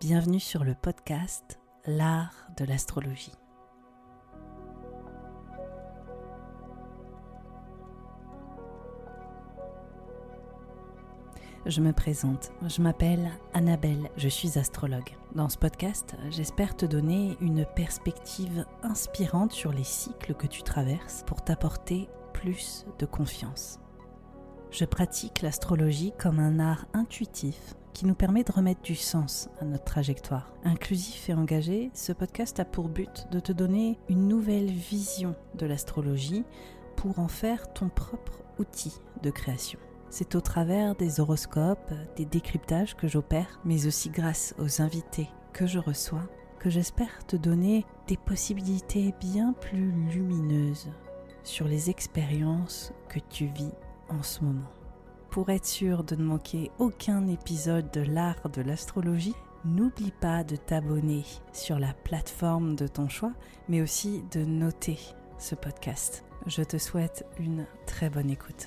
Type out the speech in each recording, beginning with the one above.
Bienvenue sur le podcast L'art de l'astrologie. Je me présente, je m'appelle Annabelle, je suis astrologue. Dans ce podcast, j'espère te donner une perspective inspirante sur les cycles que tu traverses pour t'apporter plus de confiance. Je pratique l'astrologie comme un art intuitif qui nous permet de remettre du sens à notre trajectoire. Inclusif et engagé, ce podcast a pour but de te donner une nouvelle vision de l'astrologie pour en faire ton propre outil de création. C'est au travers des horoscopes, des décryptages que j'opère, mais aussi grâce aux invités que je reçois, que j'espère te donner des possibilités bien plus lumineuses sur les expériences que tu vis en ce moment. Pour être sûr de ne manquer aucun épisode de l'art de l'astrologie, n'oublie pas de t'abonner sur la plateforme de ton choix, mais aussi de noter ce podcast. Je te souhaite une très bonne écoute.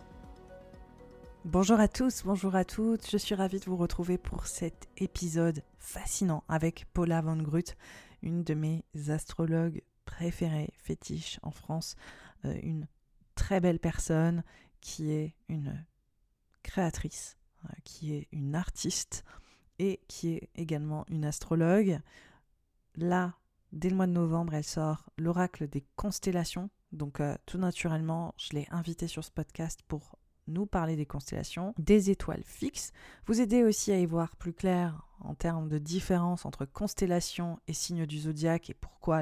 Bonjour à tous, bonjour à toutes, je suis ravie de vous retrouver pour cet épisode fascinant avec Paula Van Grut, une de mes astrologues préférées, fétiches en France, une très belle personne qui est une créatrice, qui est une artiste et qui est également une astrologue. Là, dès le mois de novembre, elle sort l'oracle des constellations, donc tout naturellement, je l'ai invitée sur ce podcast pour nous parler des constellations, des étoiles fixes, vous aider aussi à y voir plus clair en termes de différence entre constellations et signes du zodiaque et pourquoi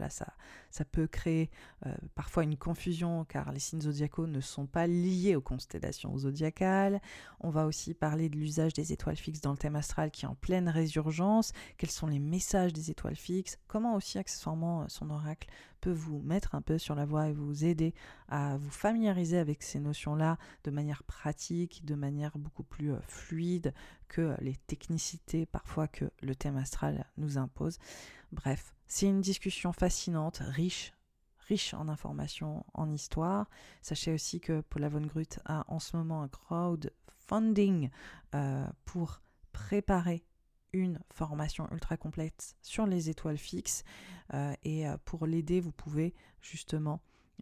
ça peut créer parfois une confusion car les signes zodiacaux ne sont pas liés aux constellations zodiacales. On va aussi parler de l'usage des étoiles fixes dans le thème astral qui est en pleine résurgence, quels sont les messages des étoiles fixes, comment aussi accessoirement son oracle peut vous mettre un peu sur la voie et vous aider à vous familiariser avec ces notions-là de manière pratique, de manière beaucoup plus fluide que les technicités parfois que le thème astral nous impose. Bref, c'est une discussion fascinante, riche en informations, en histoire. Sachez aussi que Paula Van Grut a en ce moment un crowdfunding pour préparer une formation ultra complète sur les étoiles fixes et pour l'aider, vous pouvez justement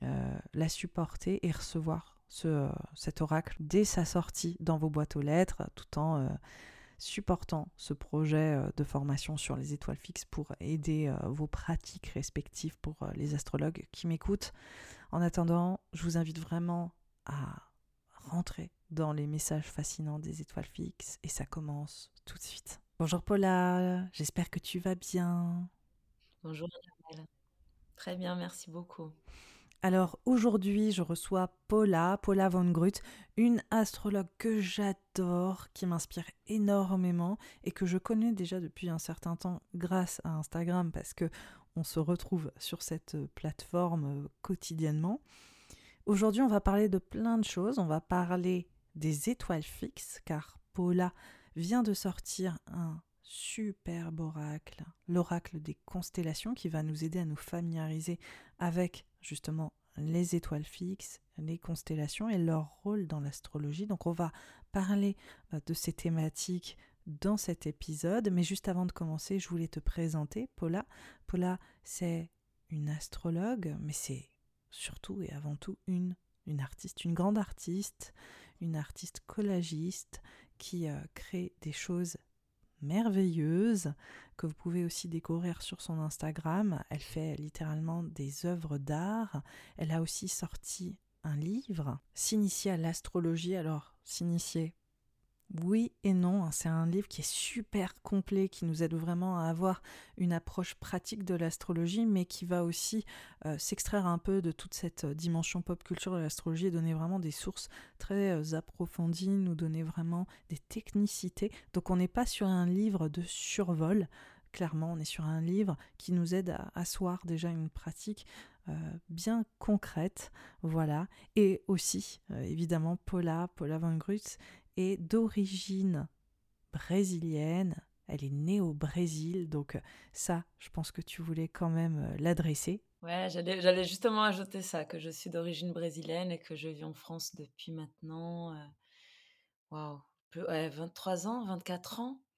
la supporter et recevoir cet oracle dès sa sortie dans vos boîtes aux lettres tout en supportant ce projet de formation sur les étoiles fixes pour aider vos pratiques respectives pour les astrologues qui m'écoutent. En attendant, je vous invite vraiment à rentrer dans les messages fascinants des étoiles fixes et ça commence tout de suite. Bonjour Paula, j'espère que tu vas bien. Bonjour Annabelle. Très bien, merci beaucoup. Alors aujourd'hui, je reçois Paula Van Grut, une astrologue que j'adore, qui m'inspire énormément et que je connais déjà depuis un certain temps grâce à Instagram parce que on se retrouve sur cette plateforme quotidiennement. Aujourd'hui, on va parler de plein de choses. On va parler des étoiles fixes car Paula vient de sortir un superbe oracle, l'oracle des constellations qui va nous aider à nous familiariser avec justement les étoiles fixes, les constellations et leur rôle dans l'astrologie. Donc on va parler de ces thématiques dans cet épisode, mais juste avant de commencer, je voulais te présenter Paula. Paula, c'est une astrologue, mais c'est surtout et avant tout une artiste, une grande artiste, une artiste collagiste qui crée des choses merveilleuse que vous pouvez aussi découvrir sur son Instagram. Elle fait littéralement des œuvres d'art. Elle a aussi sorti un livre, S'initier à l'astrologie. Alors, s'initier, oui et non, c'est un livre qui est super complet, qui nous aide vraiment à avoir une approche pratique de l'astrologie, mais qui va aussi s'extraire un peu de toute cette dimension pop culture de l'astrologie et donner vraiment des sources très approfondies, nous donner vraiment des technicités. Donc on n'est pas sur un livre de survol, clairement on est sur un livre qui nous aide à asseoir déjà une pratique bien concrète, voilà. Et aussi, évidemment, Paula Van Grut est d'origine brésilienne. Elle est née au Brésil, donc ça, je pense que tu voulais quand même l'adresser. Ouais, j'allais justement ajouter ça, que je suis d'origine brésilienne et que je vis en France depuis maintenant, waouh, 23 ans, 24 ans.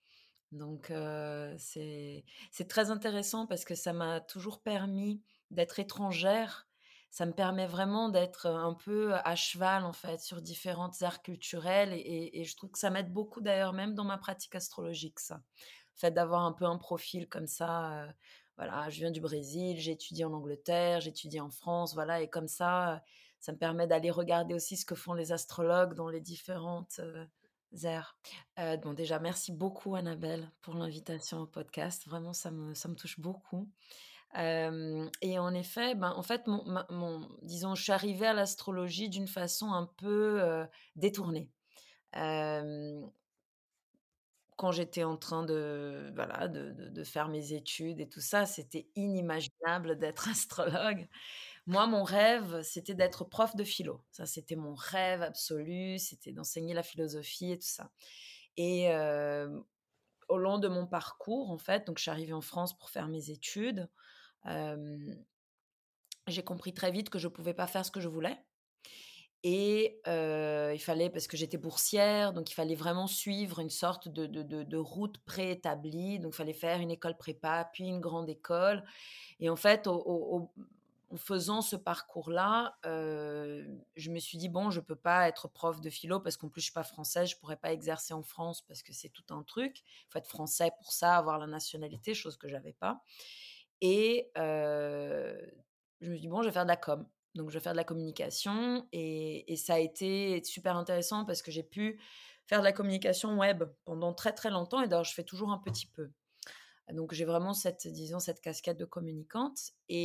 Donc c'est très intéressant parce que ça m'a toujours permis d'être étrangère. Ça me permet vraiment d'être, un peu à cheval, en fait, sur différentes aires culturelles et je trouve que ça m'aide beaucoup d'ailleurs même dans ma pratique astrologique ça. Le fait d'avoir un peu un profil comme ça, voilà, je viens du Brésil, j'ai étudié en Angleterre, j'ai étudié en France, voilà et comme ça me permet d'aller regarder aussi ce que font les astrologues dans les différentes, aires. Bon déjà merci beaucoup Annabelle pour l'invitation au podcast. Vraiment ça me touche beaucoup. Hem et en effet, ben, en fait mon disons, je suis arrivée à l'astrologie d'une façon un peu, détournée. Hem, Quand j'étais en train de voilà, de faire mes études et tout ça, c'était inimaginable d'être astrologue. Moi, mon rêve, c'était d'être prof de philo. Ça, c'était mon rêve absolu, c'était d'enseigner la philosophie et tout ça et au long de mon parcours, en fait, donc je suis arrivée en France pour faire mes études, hem, j'ai compris très vite que je pouvais pas faire ce que je voulais et il fallait parce que j'étais boursière, donc il fallait vraiment suivre une sorte de route préétablie. Donc il fallait faire une école prépa, puis une grande école et en fait, en faisant ce parcours-là, je me suis dit: «Bon, je peux pas être prof de philo parce qu'en plus je suis pas française, je pourrais pas exercer en France parce que c'est tout un truc. Il faut être français pour ça, avoir la nationalité», chose que j'avais pas et je me suis dit: «Bon, je vais faire de la com». Donc je vais faire de la communication et ça a été super intéressant parce que j'ai pu faire de la communication web pendant très, très longtemps et d'ailleurs je fais toujours un petit peu. Donc j'ai vraiment cette disons cette casquette de communicante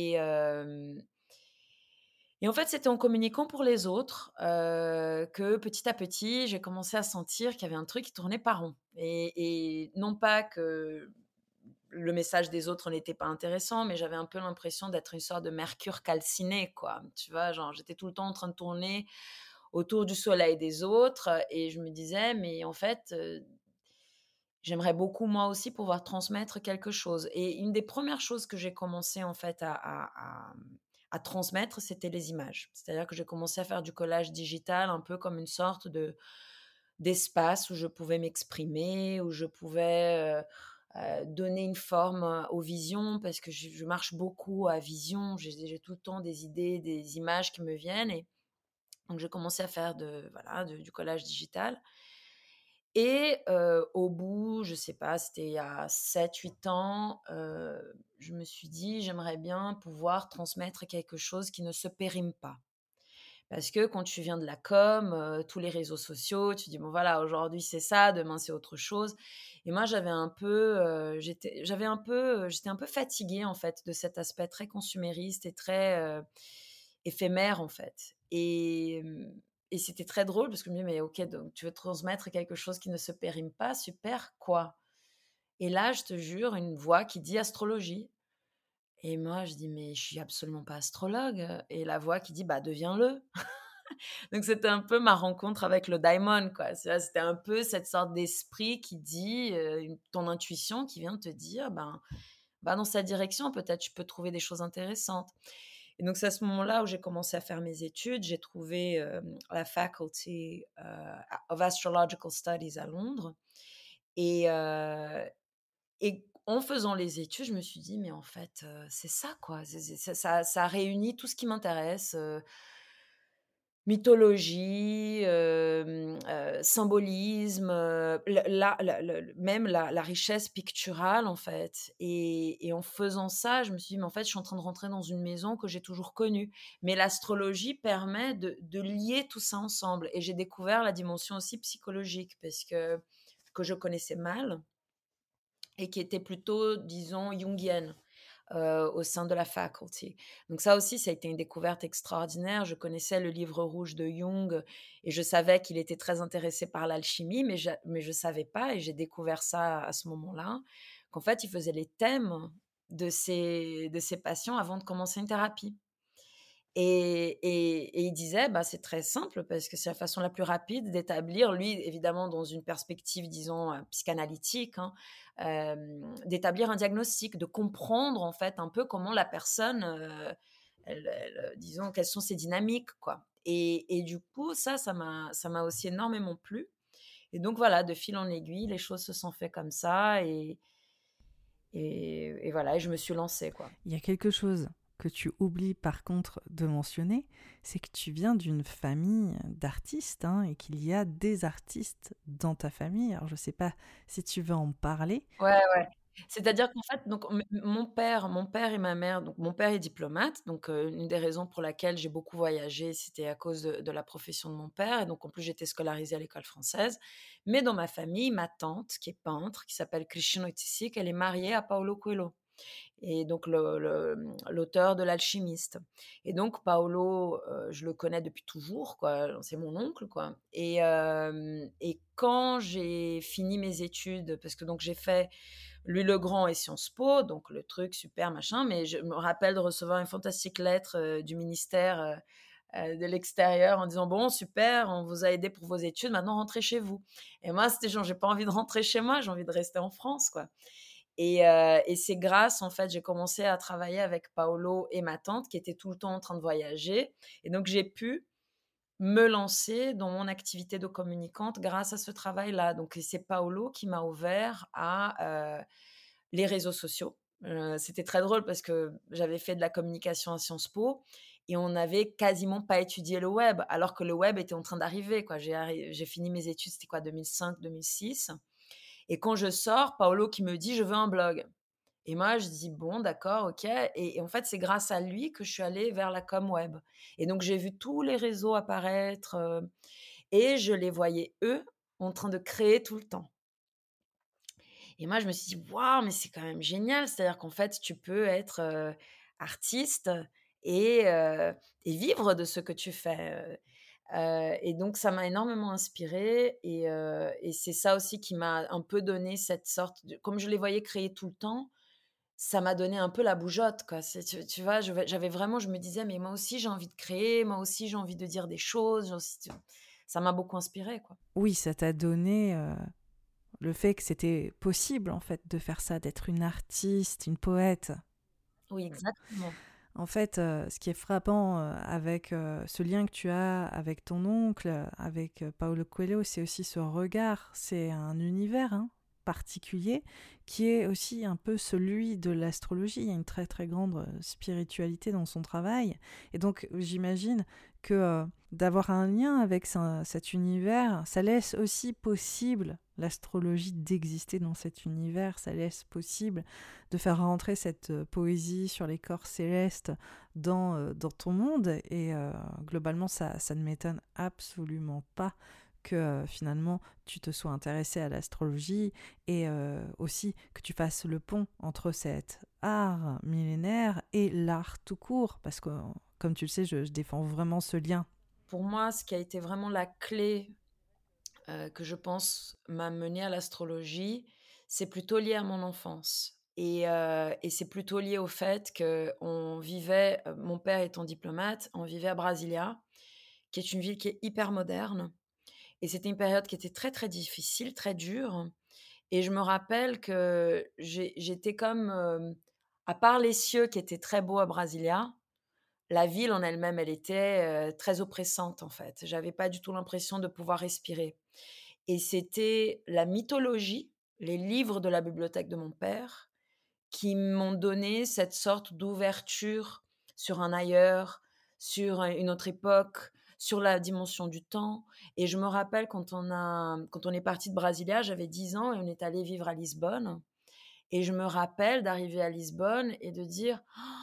et en fait, c'était en communiquant pour les autres, que petit à petit, j'ai commencé à sentir qu'il y avait un truc qui tournait pas rond et non pas que le message des autres n'était pas intéressant, mais j'avais un peu l'impression d'être une sorte de mercure calciné, quoi. Tu vois? Genre, j'étais tout le temps en train de tourner autour du soleil des autres et je me disais: «Mais en fait, j'aimerais beaucoup moi aussi pouvoir transmettre quelque chose» et une des premières choses que j'ai commencé en fait à transmettre, c'était les images. C'est-à-dire que j'ai commencé à faire du collage digital un peu comme une sorte de d'espace où je pouvais m'exprimer, où je pouvais, donner une forme, aux visions parce que je marche beaucoup à vision. J'ai tout le temps des idées, des images qui me viennent et donc j'ai commencé à faire de voilà, du collage digital et au bout, je sais pas, c'était il y a 7 8 ans, je me suis dit: «J'aimerais bien pouvoir transmettre quelque chose qui ne se périme pas». Parce que quand tu viens de la com, tous les réseaux sociaux, tu dis: «Bon voilà, aujourd'hui c'est ça, demain c'est autre chose» et moi j'avais un peu, j'étais un peu fatiguée en fait de cet aspect très consumériste et très, éphémère en fait et c'était très drôle parce que je me dis: «Mais OK, donc tu veux transmettre quelque chose qui ne se périme pas, super, quoi?» et là, je te jure, une voix qui dit: «Astrologie» et moi je dis: «Mais je suis absolument pas astrologue» et la voix qui dit: «Bah, deviens-le». Donc c'était un peu ma rencontre avec le daimon, quoi. C'était un peu cette sorte d'esprit qui dit, ton intuition qui vient te dire: «Ben, va dans cette direction, peut-être tu peux trouver des choses intéressantes» et donc c'est à ce moment-là où j'ai commencé à faire mes études. J'ai trouvé, la Faculty, of Astrological Studies à Londres et en faisant les études, je me suis dit: «Mais en fait, c'est ça, quoi». C'est ça réunit tout ce qui m'intéresse, mythologie, symbolisme, le même la richesse picturale, en fait et en faisant ça, je me suis dit: «Mais en fait, je suis en train de rentrer dans une maison que j'ai toujours connue». Mais l'astrologie permet de lier tout ça ensemble et j'ai découvert la dimension aussi psychologique parce que je connaissais mal et qui était plutôt, disons, jungienne au sein de la faculty. Donc ça aussi, ça a été une découverte extraordinaire. Je connaissais le livre rouge de Jung et je savais qu'il était très intéressé par l'alchimie, mais je savais pas et j'ai découvert ça à ce moment-là, qu'en fait, il faisait les thèmes de ses patients avant de commencer une thérapie. Et il disait: «Bah, c'est très simple parce que c'est la façon la plus rapide d'établir», lui, évidemment, dans une perspective, disons, psychanalytique, hein, d'établir un diagnostic, de comprendre, en fait, un peu comment la personne, disons, quelles sont ses dynamiques, quoi. Et du coup, ça m'a aussi énormément plu Et donc voilà, de fil en aiguille, les choses se sont fait comme ça et voilà et je me suis lancée, quoi. Il y a quelque chose que tu oublies par contre de mentionner, c'est que tu viens d'une famille d'artistes, hein, et qu'il y a des artistes dans ta famille. Alors je ne sais pas si tu veux en parler. Ouais, ouais. C'est-à-dire qu'en fait, donc mon père et ma mère donc mon père est diplomate, donc une des raisons pour laquelle j'ai beaucoup voyagé, c'était à cause de la profession de mon père et donc en plus j'étais scolarisée à l'école française. Mais dans ma famille, ma tante qui est peintre, qui s'appelle Cristina Oiticic, elle est mariée à Paulo Coelho et donc l'auteur de L'Alchimiste et donc Paolo, je le connais depuis toujours quoi, c'est mon oncle quoi et quand j'ai fini mes études parce que donc j'ai fait Louis le Grand et Sciences Po, donc le truc super machin, mais je me rappelle de recevoir une fantastique lettre, du ministère, de l'extérieur en disant: «Bon super, on vous a aidé pour vos études, maintenant rentrez chez vous» et moi c'était genre j'ai pas envie de rentrer chez moi, j'ai envie de rester en France quoi et c'est grâce en fait, j'ai commencé à travailler avec Paolo et ma tante qui étaient tout le temps en train de voyager et donc j'ai pu me lancer dans mon activité de communicante grâce à ce travail-là. Donc c'est Paolo qui m'a ouvert à, les réseaux sociaux. C'était très drôle parce que j'avais fait de la communication à Sciences Po et on n'avait quasiment pas étudié le web, alors que le web était en train d'arriver, quoi. J'ai fini mes études, c'était quoi, 2005-2006 et quand je sors, Paolo qui me dit: «Je veux un blog». Et moi, je dis: «Bon, d'accord, OK» et en fait, c'est grâce à lui que je suis allée vers la com web et donc j'ai vu tous les réseaux apparaître, et je les voyais, eux, en train de créer tout le temps et moi, je me suis dit: «Waouh, mais c'est quand même génial!» c'est-à-dire qu'en fait, tu peux être, artiste et heu et vivre de ce que tu fais, et donc ça m'a énormément inspirée et c'est ça aussi qui m'a un peu donné cette sorte de comme je les voyais créer tout le temps, ça m'a donné un peu la bougeotte, quoi. Tu vois? J'avais vraiment je me disais: «Mais moi aussi j'ai envie de créer, moi aussi j'ai envie de dire des choses, j'ai aussi» ça m'a beaucoup inspirée, quoi. Oui, ça t'a donné le fait que c'était possible en fait de faire ça, d'être une artiste, une poète. Oui, exactement. En fait, ce qui est frappant avec ce lien que tu as avec ton oncle, avec Paulo Coelho, c'est aussi ce regard. C'est un univers, hein, particulier qui est aussi un peu celui de l'astrologie. Il y a une très très grande spiritualité dans son travail. Et donc j'imagine que d'avoir un lien avec cet univers, ça laisse aussi possible l'astrologie d'exister dans cet univers. Ça laisse possible de faire rentrer cette poésie sur les corps célestes dans ton monde. Et globalement, ça ne m'étonne absolument pas que finalement tu te sois intéressé à l'astrologie et aussi que tu fasses le pont entre cet art millénaire et l'art tout court. Parce que, comme tu le sais, je défends vraiment ce lien. Pour moi, ce qui a été vraiment la clé, que je pense m'a menée à l'astrologie, c'est plutôt lié à mon enfance et c'est plutôt lié au fait qu'on vivait, mon père étant diplomate, on vivait à Brasilia, qui est une ville qui est hyper moderne et c'était une période qui était très, très difficile, très dure et je me rappelle que j'étais comme, à part les cieux qui étaient très beaux à Brasilia, la ville en elle-même, elle était, très oppressante, en fait. J'avais pas du tout l'impression de pouvoir respirer et c'était la mythologie, les livres de la bibliothèque de mon père qui m'ont donné cette sorte d'ouverture sur un ailleurs, sur, une autre époque, sur la dimension du temps et je me rappelle quand on est parti de Brasilia, j'avais 10 ans et on est allé vivre à Lisbonne et je me rappelle d'arriver à Lisbonne et de dire: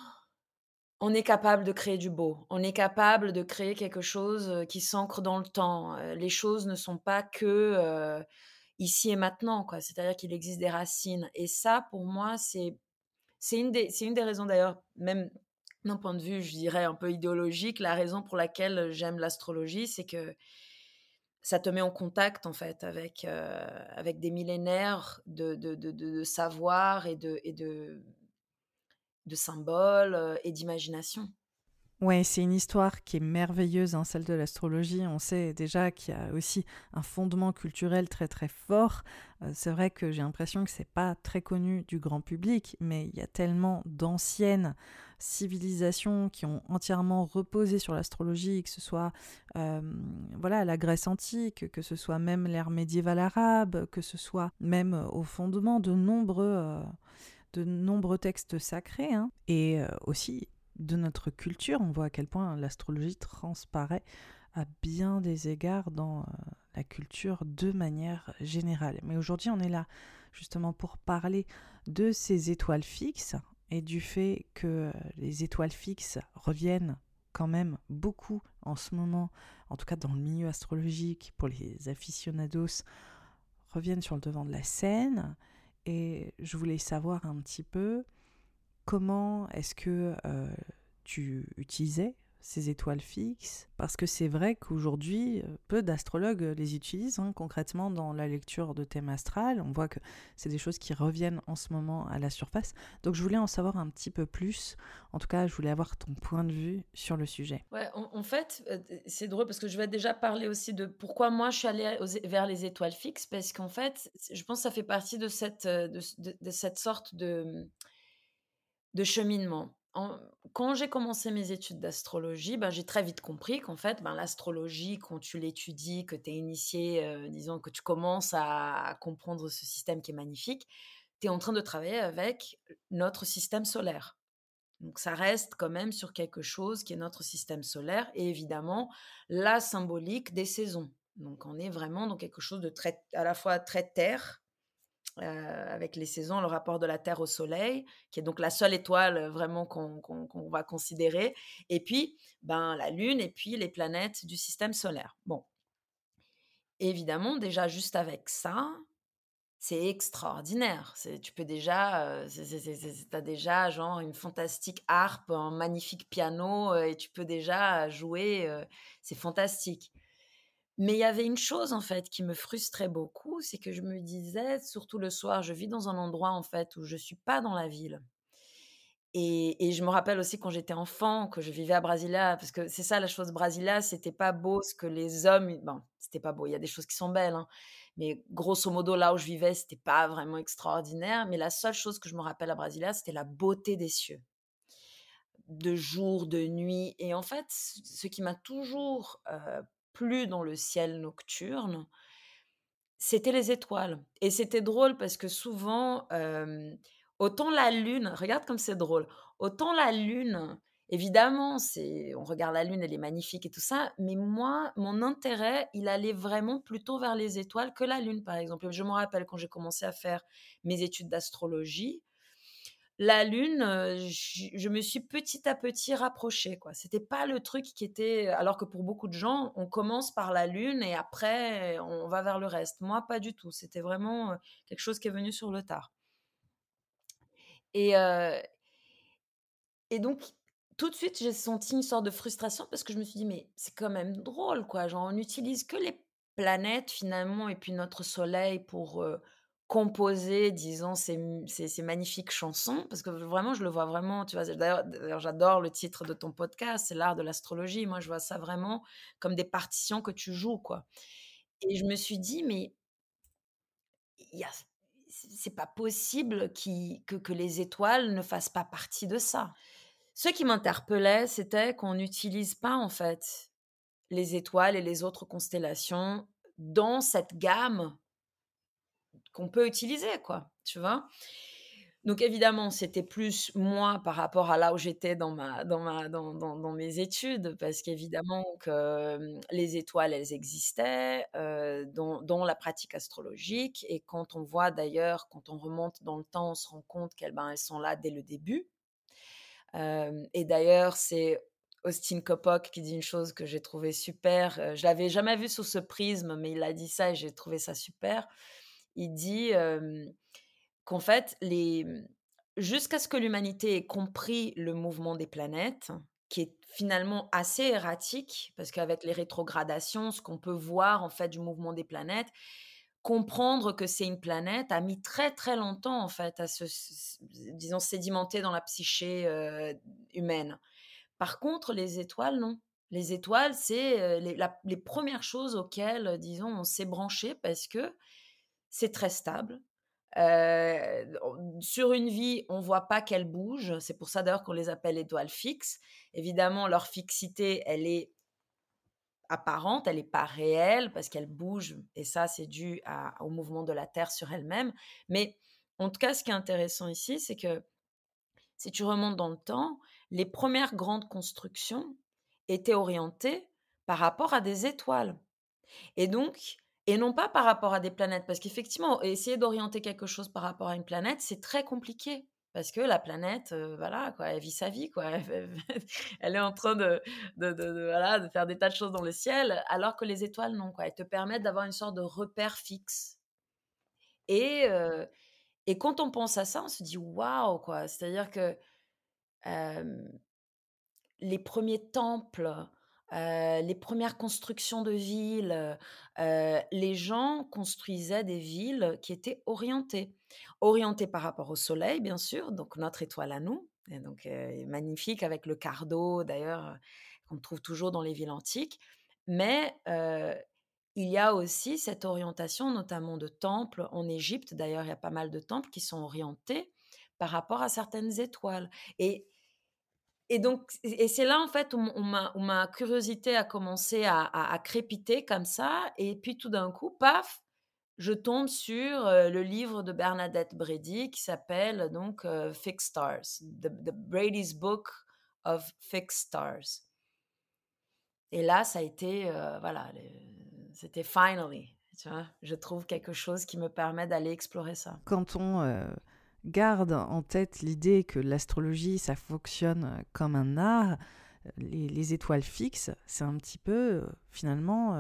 on est capable de créer du beau. On est capable de créer quelque chose, qui s'ancre dans le temps. Les choses ne sont pas que, ici et maintenant, quoi. C'est-à-dire qu'il existe des racines et ça, pour moi, c'est une des raisons d'ailleurs, même d'un point de vue, je dirais, un peu idéologique, la raison pour laquelle j'aime l'astrologie, c'est que ça te met en contact, en fait, avec des millénaires de savoir et de symboles, et d'imagination. Ouais, c'est une histoire qui est merveilleuse, hein, celle de l'astrologie. On sait déjà qu'il y a aussi un fondement culturel très très fort. C'est vrai que j'ai l'impression que c'est pas très connu du grand public, mais il y a tellement d'anciennes civilisations qui ont entièrement reposé sur l'astrologie, que ce soit voilà la Grèce antique, que ce soit même l'ère médiévale arabe, que ce soit même au fondement de nombreux textes sacrés, hein, et aussi de notre culture. On voit à quel point l'astrologie transparaît à bien des égards dans la culture de manière générale. Mais aujourd'hui, on est là justement pour parler de ces étoiles fixes et du fait que les étoiles fixes reviennent quand même beaucoup en ce moment, en tout cas dans le milieu astrologique, pour les aficionados, reviennent sur le devant de la scène. Et je voulais savoir un petit peu comment est-ce que tu utilisais ces étoiles fixes? Parce que c'est vrai qu'aujourd'hui, peu d'astrologues les utilisent, hein, concrètement dans la lecture de thème astral. On voit que c'est des choses qui reviennent en ce moment à la surface. Donc je voulais en savoir un petit peu plus. En tout cas, je voulais avoir ton point de vue sur le sujet. Ouais, en fait, c'est drôle parce que je vais déjà parler aussi de pourquoi moi je suis allée vers les étoiles fixes parce qu'en fait, je pense que ça fait partie de cette sorte de cheminement. Quand j'ai commencé mes études d'astrologie, ben, j'ai très vite compris qu'en fait, ben, l'astrologie, quand tu l'étudies, que tu es initié, disons que tu commences à comprendre ce système qui est magnifique, tu es en train de travailler avec notre système solaire. Donc ça reste quand même sur quelque chose qui est notre système solaire et évidemment la symbolique des saisons. Donc on est vraiment dans quelque chose de très à la fois très terre, avec les saisons, le rapport de la Terre au Soleil, qui est donc la seule étoile, vraiment qu'on va considérer et puis, ben, la Lune et puis les planètes du système solaire. Bon, évidemment déjà juste avec ça, c'est extraordinaire. Tu peux déjà, tu as déjà genre une fantastique harpe, un magnifique piano, et tu peux déjà jouer, c'est fantastique. Mais il y avait une chose, en fait, qui me frustrait beaucoup, c'est que je me disais, surtout le soir, je vis dans un endroit, en fait, où je suis pas dans la ville. Et je me rappelle aussi quand j'étais enfant, que je vivais à Brasilia, parce que c'est ça la chose, Brasilia, c'était pas beau ce que les hommes bon, c'était pas beau, il y a des choses qui sont belles, hein, mais grosso modo, là où je vivais, c'était pas vraiment extraordinaire, mais la seule chose que je me rappelle à Brasilia, c'était la beauté des cieux, de jour, de nuit et en fait, ce qui m'a toujours, plu dans le ciel nocturne, c'était les étoiles et c'était drôle parce que souvent, autant la lune regarde comme c'est drôle, autant la lune, évidemment, c'est on regarde la lune, elle est magnifique et tout ça, mais moi, mon intérêt, il allait vraiment plutôt vers les étoiles que la lune, par exemple. Je me rappelle quand j'ai commencé à faire mes études d'astrologie, la lune, je me suis petit à petit rapprochée, quoi. C'était pas le truc qui était alors que pour beaucoup de gens, on commence par la lune et après on va vers le reste. Moi, pas du tout. C'était vraiment, quelque chose qui est venu sur le tard et donc tout de suite, j'ai senti une sorte de frustration parce que je me suis dit: «Mais c'est quand même drôle, quoi». Genre, on n'utilise que les planètes finalement et puis notre soleil pour, composer, disons, ces magnifiques chansons. Parce que vraiment, je le vois vraiment, tu vois? D'ailleurs, j'adore le titre de ton podcast, c'est l'art de l'astrologie. Moi, je vois ça vraiment comme des partitions que tu joues, quoi et je me suis dit: «Mais il y a c'est pas possible que les étoiles ne fassent pas partie de ça». Ce qui m'interpellait, c'était qu'on n'utilise pas, en fait, les étoiles et les autres constellations dans cette gamme qu'on peut utiliser, quoi, tu vois? Donc évidemment, c'était plus moi par rapport à là où j'étais dans mes études, parce qu'évidemment que, les étoiles, elles existaient, dans la pratique astrologique et quand on voit d'ailleurs, quand on remonte dans le temps, on se rend compte qu'elles, ben, elles sont là dès le début. Et d'ailleurs, c'est Austin Coppock qui dit une chose que j'ai trouvé super, je l'avais jamais vu sous ce prisme, mais il a dit ça et j'ai trouvé ça super. Il dit, qu'en fait, jusqu'à ce que l'humanité ait compris le mouvement des planètes, qui est finalement assez erratique, parce qu'avec les rétrogradations, ce qu'on peut voir en fait du mouvement des planètes, comprendre que c'est une planète a mis très, très longtemps en fait à disons sédimenter dans la psyché, humaine. Par contre, les étoiles, non. Les étoiles, c'est, les 1 choses auxquelles, disons, on s'est branché parce que c'est très stable. On sur une vie, on voit pas qu'elles bougent. C'est pour ça d'ailleurs qu'on les appelle étoiles fixes. Évidemment, leur fixité, elle est apparente, elle est pas réelle parce qu'elles bougent et ça, c'est dû à au mouvement de la Terre sur elle-même. Mais en tout cas, ce qui est intéressant ici, c'est que si tu remontes dans le temps, les premières grandes constructions étaient orientées par rapport à des étoiles et donc et non pas par rapport à des planètes. Parce qu'effectivement, essayer d'orienter quelque chose par rapport à une planète, c'est très compliqué. Parce que la planète, voilà quoi, elle vit sa vie quoi. Elle est en train de voilà, de faire des tas de choses dans le ciel, alors que les étoiles non quoi. Elles te permettent d'avoir une sorte de repère fixe et heu et quand on pense à ça, on se dit: «Waouh!» quoi. C'est-à-dire que, hem les premiers temples, les premières constructions de villes, les gens construisaient des villes qui étaient orientées. Orientées par rapport au soleil, bien sûr, donc notre étoile à nous et donc magnifique avec le cardo d'ailleurs, qu'on trouve toujours dans les villes antiques. Mais il y a aussi cette orientation, notamment de temples. En Égypte, d'ailleurs, il y a pas mal de temples qui sont orientés par rapport à certaines étoiles et donc c'est là, en fait, où ma curiosité a commencé à crépiter comme ça et puis tout d'un coup, paf, je tombe sur, le livre de Bernadette Brady qui s'appelle donc, Fixed Stars, The Brady's Book of Fixed Stars et là, ça a été, voilà, c'était finally, tu vois? Je trouve quelque chose qui me permet d'aller explorer ça. Quand on garde en tête l'idée que l'astrologie, ça fonctionne comme un art, les étoiles fixes, c'est un petit peu finalement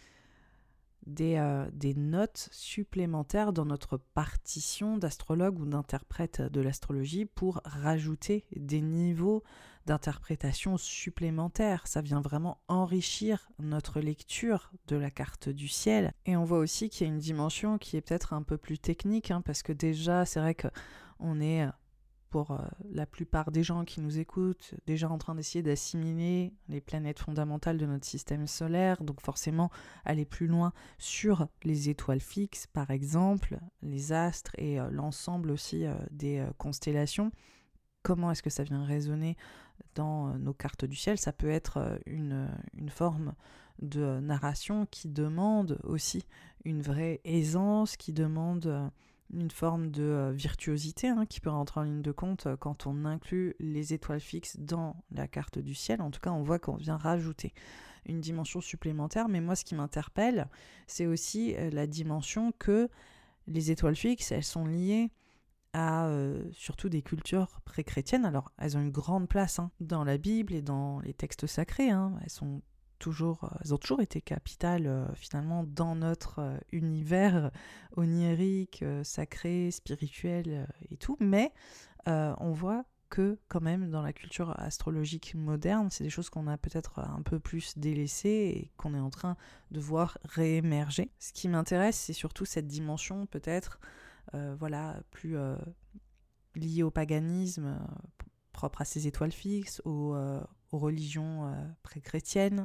des notes supplémentaires dans notre partition d'astrologue ou d'interprète de l'astrologie pour rajouter des niveaux d'interprétation supplémentaires. Ça vient vraiment enrichir notre lecture de la carte du ciel. Et on voit aussi qu'il y a une dimension qui est peut-être un peu plus technique, hein, parce que déjà, c'est vrai qu'on est pour la plupart des gens qui nous écoutent, déjà en train d'essayer d'assimiler les planètes fondamentales de notre système solaire, donc forcément aller plus loin sur les étoiles fixes, par exemple, les astres et l'ensemble aussi des constellations. Comment est-ce que ça vient résonner dans nos cartes du ciel? Ça peut être une forme de narration qui demande aussi une vraie aisance, qui demande une forme de virtuosité, hein, qui peut rentrer en ligne de compte quand on inclut les étoiles fixes dans la carte du ciel. En tout cas, on voit qu'on vient rajouter une dimension supplémentaire. Mais moi, ce qui m'interpelle, c'est aussi la dimension que les étoiles fixes, elles sont liées à surtout des cultures pré-chrétiennes. Alors, elles ont une grande place, hein, dans la Bible et dans les textes sacrés, hein. Elles ont toujours été capitales finalement dans notre univers onirique, sacré, spirituel et tout. Mais on voit que quand même dans la culture astrologique moderne, c'est des choses qu'on a peut-être un peu plus délaissées et qu'on est en train de voir réémerger. Ce qui m'intéresse, c'est surtout cette dimension peut-être voilà, plus liée au paganisme, propre à ces étoiles fixes, aux religions pré-chrétiennes,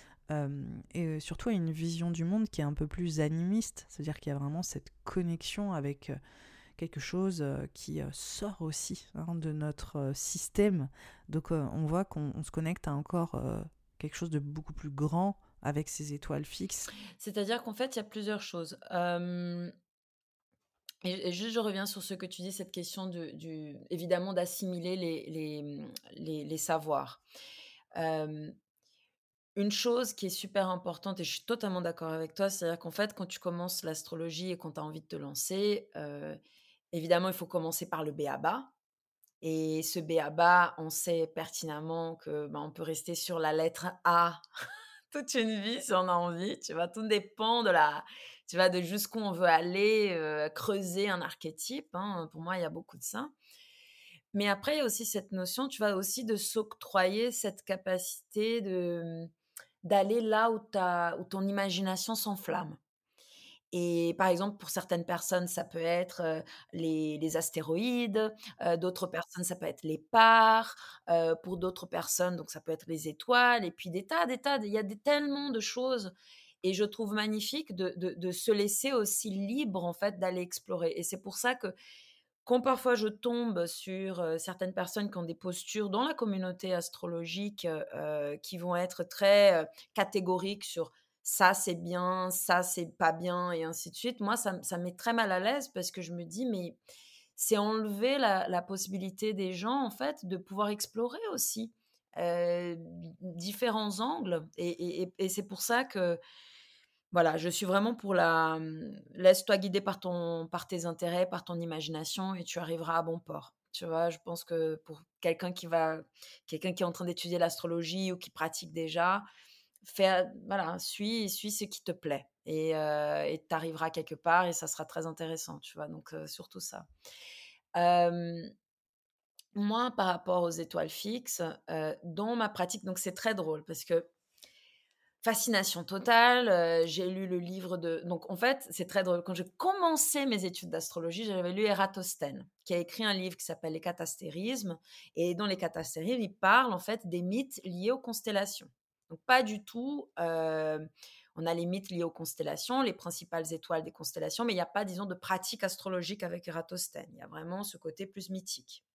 et surtout à une vision du monde qui est un peu plus animiste, c'est-à-dire qu'il y a vraiment cette connexion avec quelque chose qui sort aussi, hein, de notre système. Donc on voit qu'on se connecte à encore quelque chose de beaucoup plus grand avec ces étoiles fixes. C'est-à-dire qu'en fait, il y a plusieurs choses. Et juste je reviens sur ce que tu dis, cette question de du évidemment d'assimiler les savoirs. Hem, une chose qui est super importante et je suis totalement d'accord avec toi, c'est-à-dire qu'en fait, quand tu commences l'astrologie et quand tu as envie de te lancer, évidemment, il faut commencer par le b.a.-ba et ce b.a.-ba, on sait pertinemment que, ben, on peut rester sur la lettre A toute une vie si on a envie, tu vois? Tout dépend tu vois, de jusqu'où on veut aller, creuser un archétype, hein. Pour moi, il y a beaucoup de ça. Mais après, il y a aussi cette notion, tu vois, aussi de s'octroyer cette capacité d'aller là où ton imagination s'enflamme Et par exemple, pour certaines personnes, ça peut être, les astéroïdes, d'autres personnes, ça peut être les parts, pour d'autres personnes, donc ça peut être les étoiles et puis il y a tellement de choses et je trouve magnifique de se laisser aussi libre, en fait, d'aller explorer et c'est pour ça que quand parfois je tombe sur, certaines personnes qui ont des postures dans la communauté astrologique, qui vont être très, catégoriques sur ça c'est bien, ça c'est pas bien et ainsi de suite. Moi ça me met très mal à l'aise parce que je me dis: «Mais c'est enlever la possibilité des gens en fait de pouvoir explorer aussi, différents angles» et c'est pour ça que voilà, je suis vraiment pour laisse-toi guider par tes intérêts, par ton imagination et tu arriveras à bon port. Tu vois? Je pense que pour quelqu'un qui est en train d'étudier l'astrologie ou qui pratique déjà, voilà, suis ce qui te plaît et tu arriveras quelque part et ça sera très intéressant, tu vois? Donc surtout ça. Hem, Moi, par rapport aux étoiles fixes, dans ma pratique donc c'est très drôle parce que fascination totale, j'ai lu le livre de donc en fait, c'est très drôle. Quand j'ai commencé mes études d'astrologie, j'avais lu Ératosthène, qui a écrit un livre qui s'appelle Les Catastérismes et dans Les Catastérismes, il parle en fait des mythes liés aux constellations. Donc pas du tout, on a les mythes liés aux constellations, les principales étoiles des constellations, mais il y a pas, disons, de pratique astrologique avec Ératosthène. Il y a vraiment ce côté plus mythique.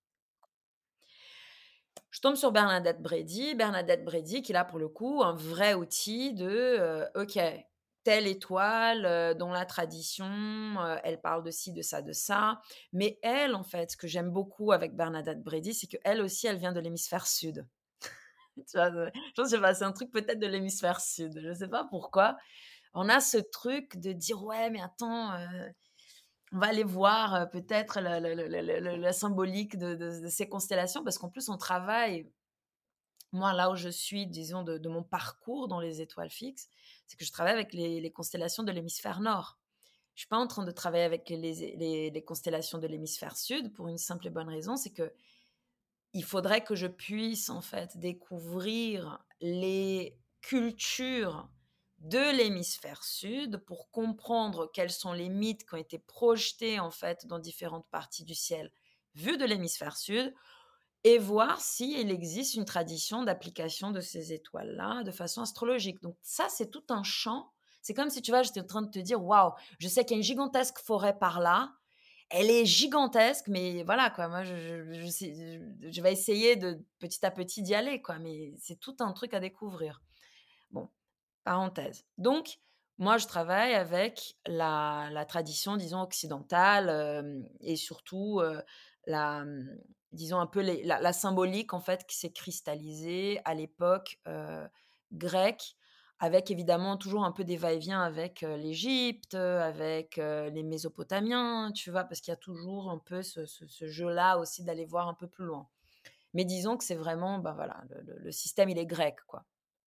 Je tombe sur Bernadette Brady qui, là, pour le coup, un vrai outil de, OK, telle étoile, dans la tradition, elle parle de ci, de ça, de ça. Mais elle, en fait, ce que j'aime beaucoup avec Bernadette Brady, c'est qu'elle aussi, elle vient de l'hémisphère sud. Tu vois? Je pense, je sais pas, c'est un truc peut-être de l'hémisphère sud. Je sais pas pourquoi. On a ce truc de dire: «Ouais, mais attends, on va aller voir, peut-être la symbolique de ces constellations», parce qu'en plus on travaille moi, là où je suis, disons, de mon parcours dans les étoiles fixes, c'est que je travaille avec les constellations de l'hémisphère nord. Je suis pas en train de travailler avec les constellations de l'hémisphère sud pour une simple et bonne raison, c'est que il faudrait que je puisse, en fait, découvrir les cultures de l'hémisphère sud pour comprendre quels sont les mythes qui ont été projetés, en fait, dans différentes parties du ciel vues de l'hémisphère sud et voir s'il existe une tradition d'application de ces étoiles-là de façon astrologique. Donc ça, c'est tout un champ. C'est comme si, tu vois, j'étais en train de te dire, waouh, je sais qu'il y a une gigantesque forêt par là. Elle est gigantesque, mais voilà, quoi. Moi, je vais essayer de petit à petit d'y aller, quoi. Mais c'est tout un truc à découvrir. Bon, parenthèse. Donc, moi, je travaille avec la tradition, disons, occidentale, et surtout, la, disons un peu la symbolique, en fait, qui s'est cristallisée à l'époque, grecque, avec évidemment toujours un peu des va-et-vient avec, l'Égypte, avec, les Mésopotamiens, tu vois? Parce qu'il y a toujours un peu ce jeu-là aussi d'aller voir un peu plus loin. Mais disons que c'est vraiment, ben, voilà, le système, il est grec, quoi.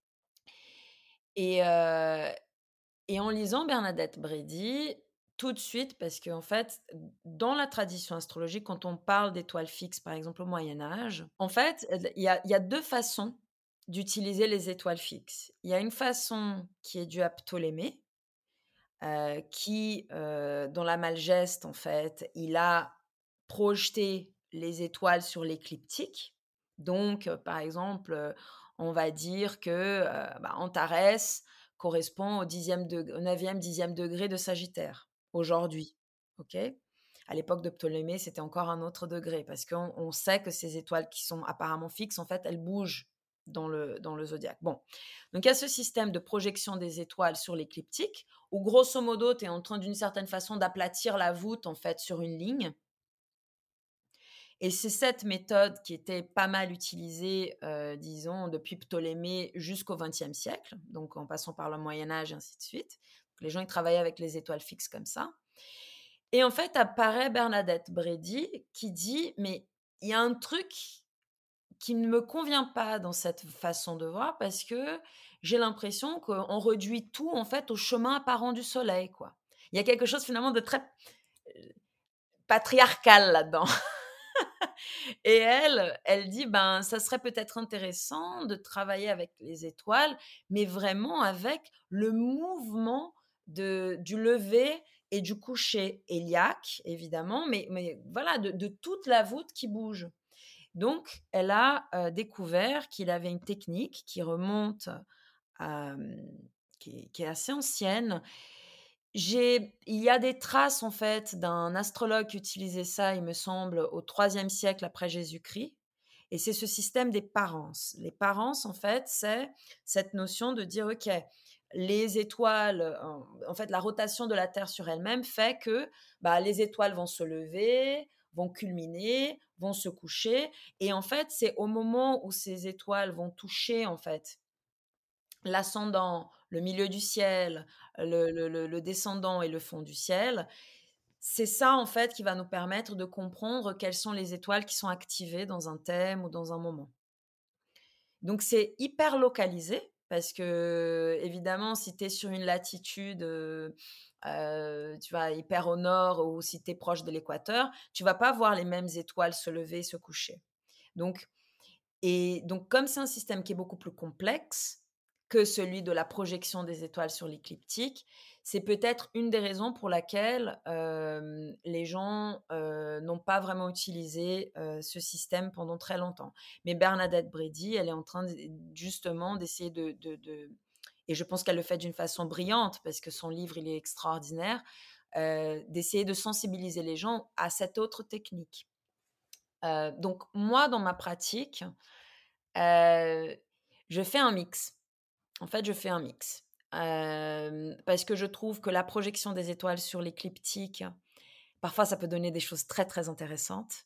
Et et en lisant Bernadette Brady, tout de suite, parce qu'en fait, dans la tradition astrologique, quand on parle d'étoiles fixes, par exemple au Moyen Âge, en fait, il y a 2 façons d'utiliser les étoiles fixes. Il y a une façon qui est due à Ptolémée, qui, dans la Malgeste, en fait, il a projeté les étoiles sur l'écliptique. Donc, par exemple, on va dire que, bah, Antares correspond au 9e, 10e degré de Sagittaire, aujourd'hui, OK? À l'époque de Ptolémée, c'était encore un autre degré parce qu'on sait que ces étoiles qui sont apparemment fixes, en fait, elles bougent dans le zodiaque. Bon, donc il y a ce système de projection des étoiles sur l'écliptique où grosso modo, tu es en train d'une certaine façon d'aplatir la voûte en fait sur une ligne. Et c'est cette méthode qui était pas mal utilisée, disons, depuis Ptolémée jusqu'au XXe siècle, donc en passant par le Moyen Âge et ainsi de suite. Donc les gens, ils travaillaient avec les étoiles fixes comme ça. Et en fait, apparaît Bernadette Brady qui dit, mais il y a un truc qui ne me convient pas dans cette façon de voir parce que j'ai l'impression qu'on réduit tout en fait au chemin apparent du soleil, quoi. Il y a quelque chose finalement de très, patriarcal là-dedans et elle dit: «Ben, ça serait peut-être intéressant de travailler avec les étoiles, mais vraiment avec le mouvement du lever et du coucher héliaque, évidemment, mais voilà, de toute la voûte qui bouge. Donc elle a, découvert qu'il avait une technique qui remonte, hem, qui est assez ancienne. Il y a des traces, en fait, d'un astrologue qui utilisait ça, il me semble, au IIIe siècle après Jésus-Christ, et c'est ce système des parences. Les parences, en fait, c'est cette notion de dire: «OK, les étoiles, en fait, la rotation de la Terre sur elle-même fait que, bah, les étoiles vont se lever, vont culminer, vont se coucher», et en fait, c'est au moment où ces étoiles vont toucher, en fait, l'ascendant, le milieu du ciel, le descendant et le fond du ciel, c'est ça, en fait, qui va nous permettre de comprendre quelles sont les étoiles qui sont activées dans un thème ou dans un moment. Donc c'est hyper localisé parce que évidemment, si tu es sur une latitude, tu vois, hyper au nord, ou si tu es proche de l'équateur, tu vas pas voir les mêmes étoiles se lever et se coucher. Donc comme c'est un système qui est beaucoup plus complexe que celui de la projection des étoiles sur l'écliptique, c'est peut-être une des raisons pour laquelle, les gens, n'ont pas vraiment utilisé, ce système pendant très longtemps. Mais Bernadette Brady, elle est en train justement d'essayer de et je pense qu'elle le fait d'une façon brillante parce que son livre, il est extraordinaire, d'essayer de sensibiliser les gens à cette autre technique. Donc moi, dans ma pratique, Heu, je fais un mix. En fait, je fais un mix. Parce que je trouve que la projection des étoiles sur l'écliptique, parfois, ça peut donner des choses très, très intéressantes.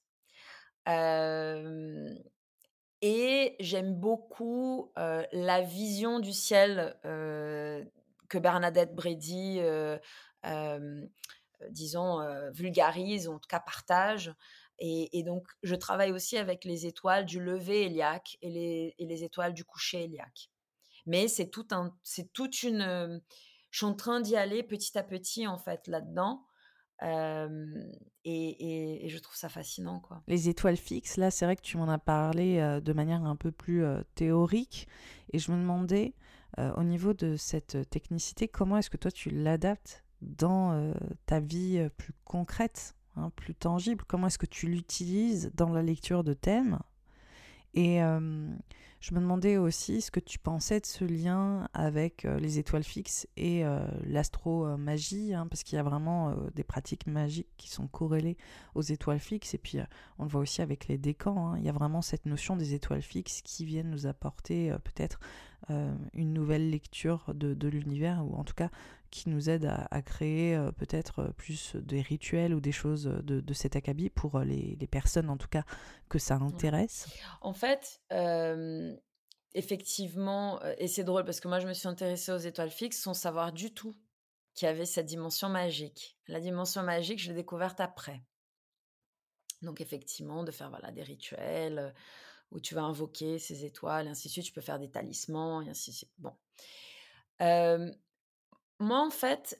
Hem Et j'aime beaucoup, la vision du ciel, que Bernadette Brady, hem, disons, vulgarise ou en tout cas partage, et donc je travaille aussi avec les étoiles du lever héliaque et les étoiles du coucher héliaque. Mais c'est toute une, je suis en train d'y aller petit à petit, en fait, là-dedans, hem et je trouve ça fascinant, quoi. Les étoiles fixes, là, c'est vrai que tu m'en as parlé de manière un peu plus théorique. Et je me demandais, au niveau de cette technicité, comment est-ce que toi tu l'adaptes dans ta vie plus concrète, hein, plus tangible? Comment est-ce que tu l'utilises dans la lecture de thèmes? Et je me demandais aussi ce que tu pensais de ce lien avec les étoiles fixes et l'astro-magie, hein, parce qu'il y a vraiment des pratiques magiques qui sont corrélées aux étoiles fixes. Et puis, on le voit aussi avec les décans, hein. Il y a vraiment cette notion des étoiles fixes qui viennent nous apporter peut-être une nouvelle lecture de l'univers, ou en tout cas qui nous aide à créer peut-être plus des rituels ou des choses de cet acabit pour les personnes, en tout cas, que ça Ouais. intéresse. En fait, effectivement, et c'est drôle parce que moi je me suis intéressée aux étoiles fixes sans savoir du tout qu'il y avait cette dimension magique. La dimension magique, je l'ai découverte après. Donc effectivement, de faire, voilà, des rituels, où tu vas invoquer ces étoiles et ainsi de suite. Tu peux faire des talismans et ainsi de suite. Bon. Hem, Moi, en fait,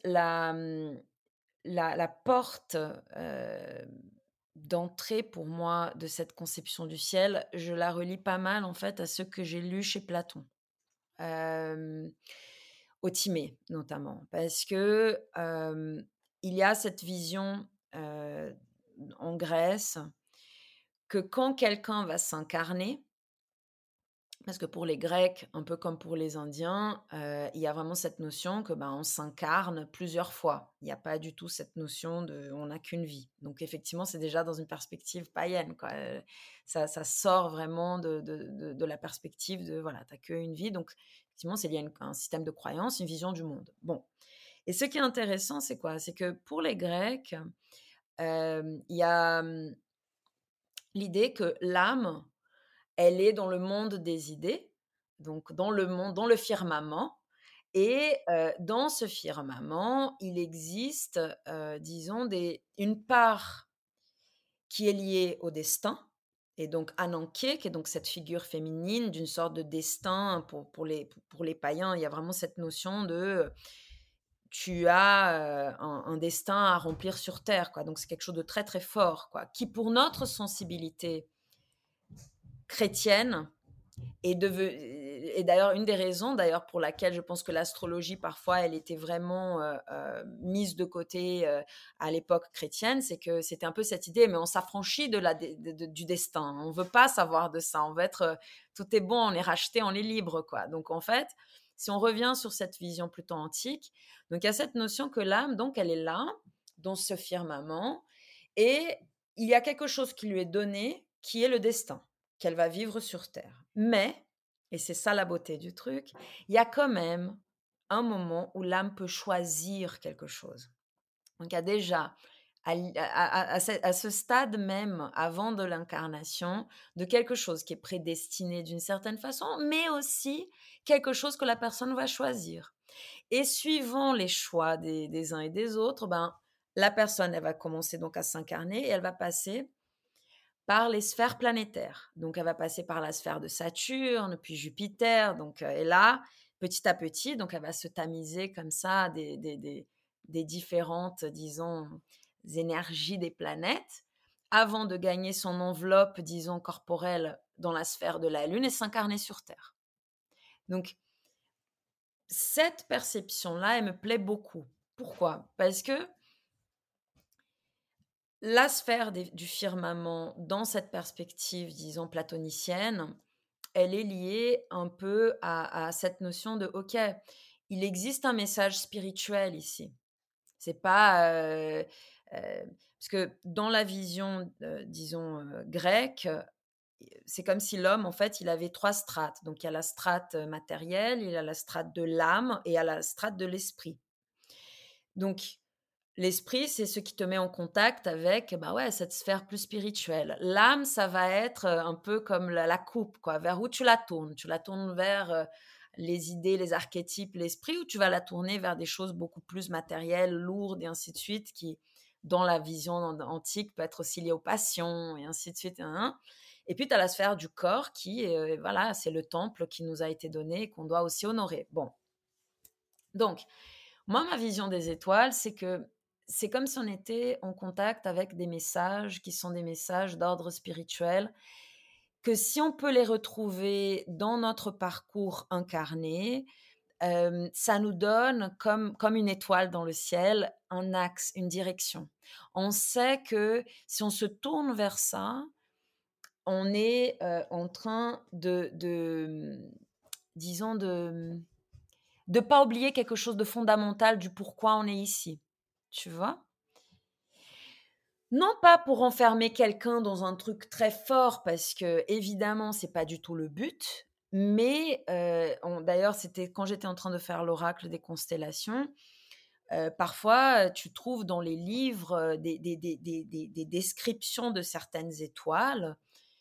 la porte, d'entrée pour moi de cette conception du ciel, je la relie pas mal, en fait, à ce que j'ai lu chez Platon. Hem, au Timée, notamment. Parce que, il y a cette vision, en Grèce, que quand quelqu'un va s'incarner, parce que pour les Grecs, un peu comme pour les Indiens, il y a vraiment cette notion que, ben, on s'incarne plusieurs fois. Il y a pas du tout cette notion de «on n'a qu'une vie». Donc effectivement, c'est déjà dans une perspective païenne, quoi, ça sort vraiment de la perspective de, voilà, tu as qu'une vie. Donc effectivement, c'est lié à un système de croyance, une vision du monde. Bon, et ce qui est intéressant, c'est quoi? C'est que pour les Grecs, il y a, l'idée que l'âme, elle est dans le monde des idées, donc dans le firmament, et dans ce firmament, il existe, disons, une part qui est liée au destin, et donc Ananké, qui est donc cette figure féminine d'une sorte de destin pour les païens. Il y a vraiment cette notion de, tu as, un destin à remplir sur terre, quoi. Donc c'est quelque chose de très, très fort, quoi, qui pour notre sensibilité chrétienne est et d'ailleurs, une des raisons d'ailleurs pour laquelle je pense que l'astrologie parfois elle était vraiment mise de côté à l'époque chrétienne, c'est que c'était un peu cette idée, mais on s'affranchit du destin. On veut pas savoir de ça. On veut être, tout est bon, on est racheté, on est libre, quoi. Donc en fait, si on revient sur cette vision plutôt antique, donc il y a cette notion que l'âme, donc elle est là, dans ce firmament, et il y a quelque chose qui lui est donné, qui est le destin, qu'elle va vivre sur terre. Mais, et c'est ça la beauté du truc, il y a quand même un moment où l'âme peut choisir quelque chose. Donc il y a déjà, à ce stade même, avant de l'incarnation, de quelque chose qui est prédestiné d'une certaine façon, mais aussi quelque chose que la personne va choisir. Et suivant les choix des uns et des autres, ben, la personne, elle va commencer donc à s'incarner et elle va passer par les sphères planétaires. Donc, elle va passer par la sphère de Saturne, puis Jupiter. Donc, et là, petit à petit, donc elle va se tamiser comme ça des différentes, disons, énergies des planètes, avant de gagner son enveloppe, disons, corporelle dans la sphère de la Lune et s'incarner sur Terre. Donc, cette perception-là, elle me plaît beaucoup. Pourquoi? Parce que la sphère du firmament, dans cette perspective, disons, platonicienne, elle est liée un peu à cette notion de OK, il existe un message spirituel ici. C'est pas parce que dans la vision, disons, grecque, c'est comme si l'homme, en fait, il avait trois strates. Donc, il y a la strate matérielle, il y a la strate de l'âme et il y a la strate de l'esprit. Donc, l'esprit, c'est ce qui te met en contact avec, bah, ouais, cette sphère plus spirituelle. L'âme, ça va être, un peu comme la coupe, quoi, vers où tu la tournes. Tu la tournes vers, les idées, les archétypes, l'esprit, ou tu vas la tourner vers des choses beaucoup plus matérielles, lourdes et ainsi de suite, qui, dans la vision antique, peut être aussi liée aux passions et ainsi de suite, hein. Et puis tu as la sphère du corps qui, voilà, c'est le temple qui nous a été donné et qu'on doit aussi honorer. Bon, donc moi, ma vision des étoiles, c'est que c'est comme si on était en contact avec des messages qui sont des messages d'ordre spirituel, que si on peut les retrouver dans notre parcours incarné, ça nous donne comme une étoile dans le ciel, un axe, une direction. On sait que si on se tourne vers ça, on est, en train disons de pas oublier quelque chose de fondamental du pourquoi on est ici, tu vois? Non pas pour enfermer quelqu'un dans un truc très fort parce que évidemment c'est pas du tout le but, mais on d'ailleurs, c'était quand j'étais en train de faire l'oracle des constellations, parfois, tu trouves dans les livres, des descriptions de certaines étoiles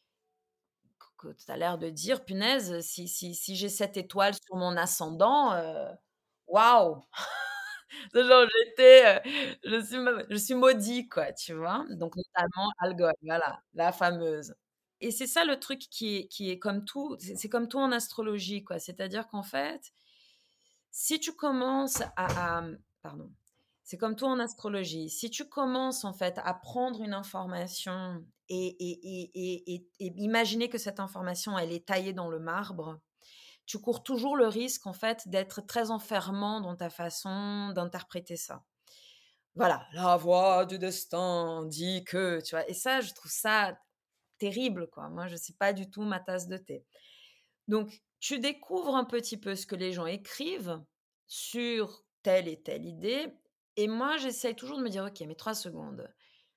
que tu as l'air de dire: «Punaise, si j'ai cette étoile sur mon ascendant, waouh!» C'est genre j'étais, je suis maudit quoi, tu vois? Donc notamment Algol, voilà, la fameuse. Et c'est ça le truc qui est comme tout, c'est comme tout en astrologie quoi. C'est-à-dire qu'en fait, si tu commences pardon, c'est comme tout en astrologie. Si tu commences en fait à prendre une information et imaginer que cette information elle est taillée dans le marbre, tu cours toujours le risque en fait d'être très enfermant dans ta façon d'interpréter ça. Voilà, la voix du destin dit que, tu vois? Et ça, je trouve ça terrible, quoi. Moi, je sais pas du tout ma tasse de thé. Donc, tu découvres un petit peu ce que les gens écrivent sur telle et telle idée, et moi, j'essaye toujours de me dire: «OK, mais 3 secondes.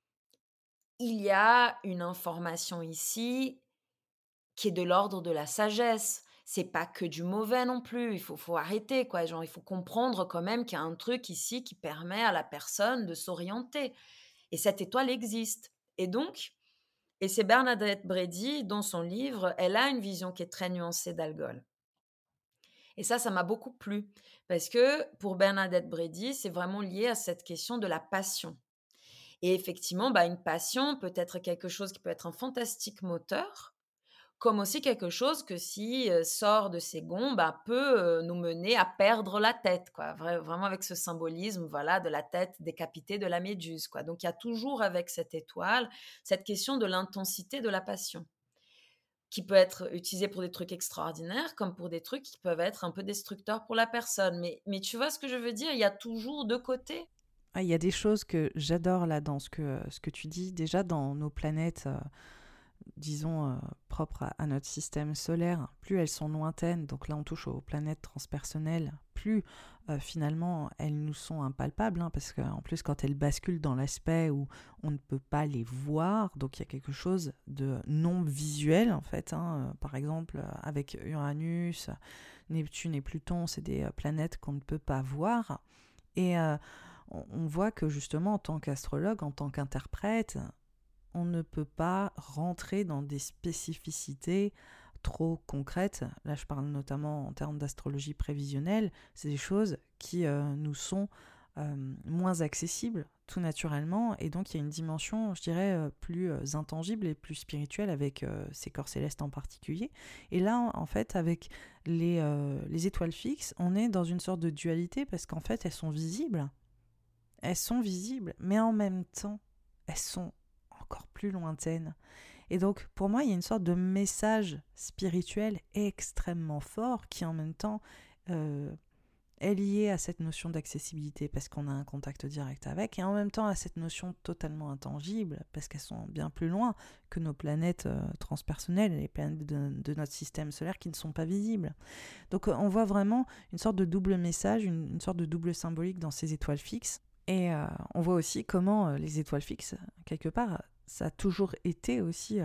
Il y a une information ici qui est de l'ordre de la sagesse. C'est pas que du mauvais non plus, il faut arrêter quoi, genre il faut comprendre quand même qu'il y a un truc ici qui permet à la personne de s'orienter et cette étoile existe. Et donc c'est Bernadette Brady dans son livre, elle a une vision qui est très nuancée d'Algol et ça m'a beaucoup plu parce que pour Bernadette Brady, c'est vraiment lié à cette question de la passion et effectivement, bah, une passion peut être quelque chose qui peut être un fantastique moteur, comme aussi quelque chose que si, sort de ses gonds, bah, peut, nous mener à perdre la tête, quoi. Vraiment avec ce symbolisme, voilà, de la tête décapitée de la méduse, quoi. Donc il y a toujours avec cette étoile, cette question de l'intensité de la passion. qui peut être utilisé pour des trucs extraordinaires, comme pour des trucs qui peuvent être un peu destructeurs pour la personne. Mais tu vois ce que je veux dire? Il y a toujours 2 côtés. Ah, il y a des choses que j'adore là dans ce que tu dis. Déjà, dans nos planètes, disons, propres à notre système solaire, plus elles sont lointaines, donc là on touche aux planètes transpersonnelles, plus finalement elles nous sont impalpables, hein, parce qu'en plus quand elles basculent dans l'aspect où on ne peut pas les voir, donc il y a quelque chose de non visuel en fait, hein, par exemple avec Uranus, Neptune et Pluton, c'est des planètes qu'on ne peut pas voir. Et on voit que justement, en tant qu'astrologue, en tant qu'interprète, on ne peut pas rentrer dans des spécificités trop concrètes. Là, je parle notamment en termes d'astrologie prévisionnelle. C'est des choses qui nous sont moins accessibles tout naturellement. Et donc, il y a une dimension, je dirais, plus intangible et plus spirituelle avec ces corps célestes en particulier. Et là, en fait, avec les étoiles fixes, on est dans une sorte de dualité parce qu'en fait, elles sont visibles. Elles sont visibles, mais en même temps, elles sont encore plus lointaines. Et donc, pour moi, il y a une sorte de message spirituel extrêmement fort qui, en même temps, euh, est lié à cette notion d'accessibilité parce qu'on a un contact direct avec, et en même temps à cette notion totalement intangible parce qu'elles sont bien plus loin que nos planètes transpersonnelles, les planètes de notre système solaire qui ne sont pas visibles. Donc, on voit vraiment une sorte de double message, une sorte de double symbolique dans ces étoiles fixes. Et on voit aussi comment les étoiles fixes, quelque part, ça a toujours été aussi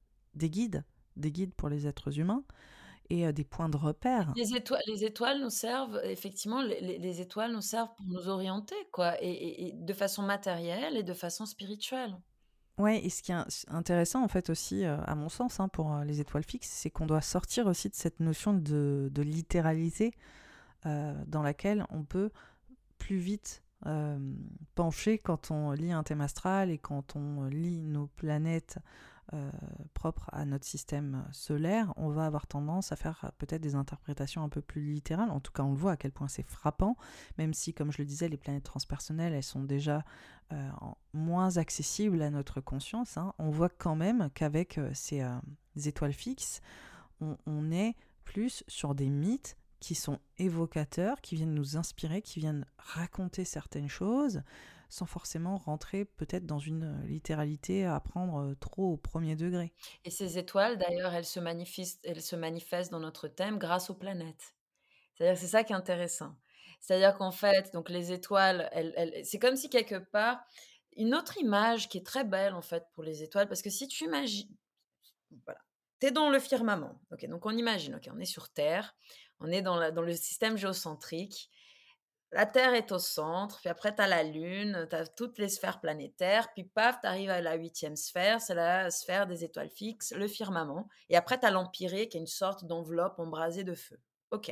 des guides pour les êtres humains et des points de repère. Les étoiles nous servent effectivement, les étoiles nous servent pour nous orienter, quoi, et de façon matérielle et de façon spirituelle. Ouais, et ce qui est intéressant en fait aussi, à mon sens, hein, pour les étoiles fixes, c'est qu'on doit sortir aussi de cette notion de littéralité dans laquelle on peut plus vite pencher quand on lit un thème astral et quand on lit nos planètes euh, propres à notre système solaire, on va avoir tendance à faire peut-être des interprétations un peu plus littérales. En tout cas, on le voit à quel point c'est frappant, même si, comme je le disais, les planètes transpersonnelles, elles sont déjà moins accessibles à notre conscience. Hein. On voit quand même qu'avec ces étoiles fixes, on est plus sur des mythes qui sont évocateurs, qui viennent nous inspirer, qui viennent raconter certaines choses, sans forcément rentrer peut-être dans une littéralité à prendre trop au premier degré. Et ces étoiles d'ailleurs, elles se manifestent dans notre thème grâce aux planètes. C'est-à-dire que c'est ça qui est intéressant. C'est-à-dire qu'en fait, donc les étoiles, c'est comme si quelque part une autre image qui est très belle en fait pour les étoiles, parce que si tu imagines, voilà, tu es dans le firmament. OK, donc on imagine, OK, on est sur Terre, on est dans le système géocentrique. La Terre est au centre, puis après tu as la Lune, tu as toutes les sphères planétaires, puis paf, tu arrives à la huitième sphère, c'est la sphère des étoiles fixes, le firmament. Et après, tu as l'Empyrée qui est une sorte d'enveloppe embrasée de feu. OK.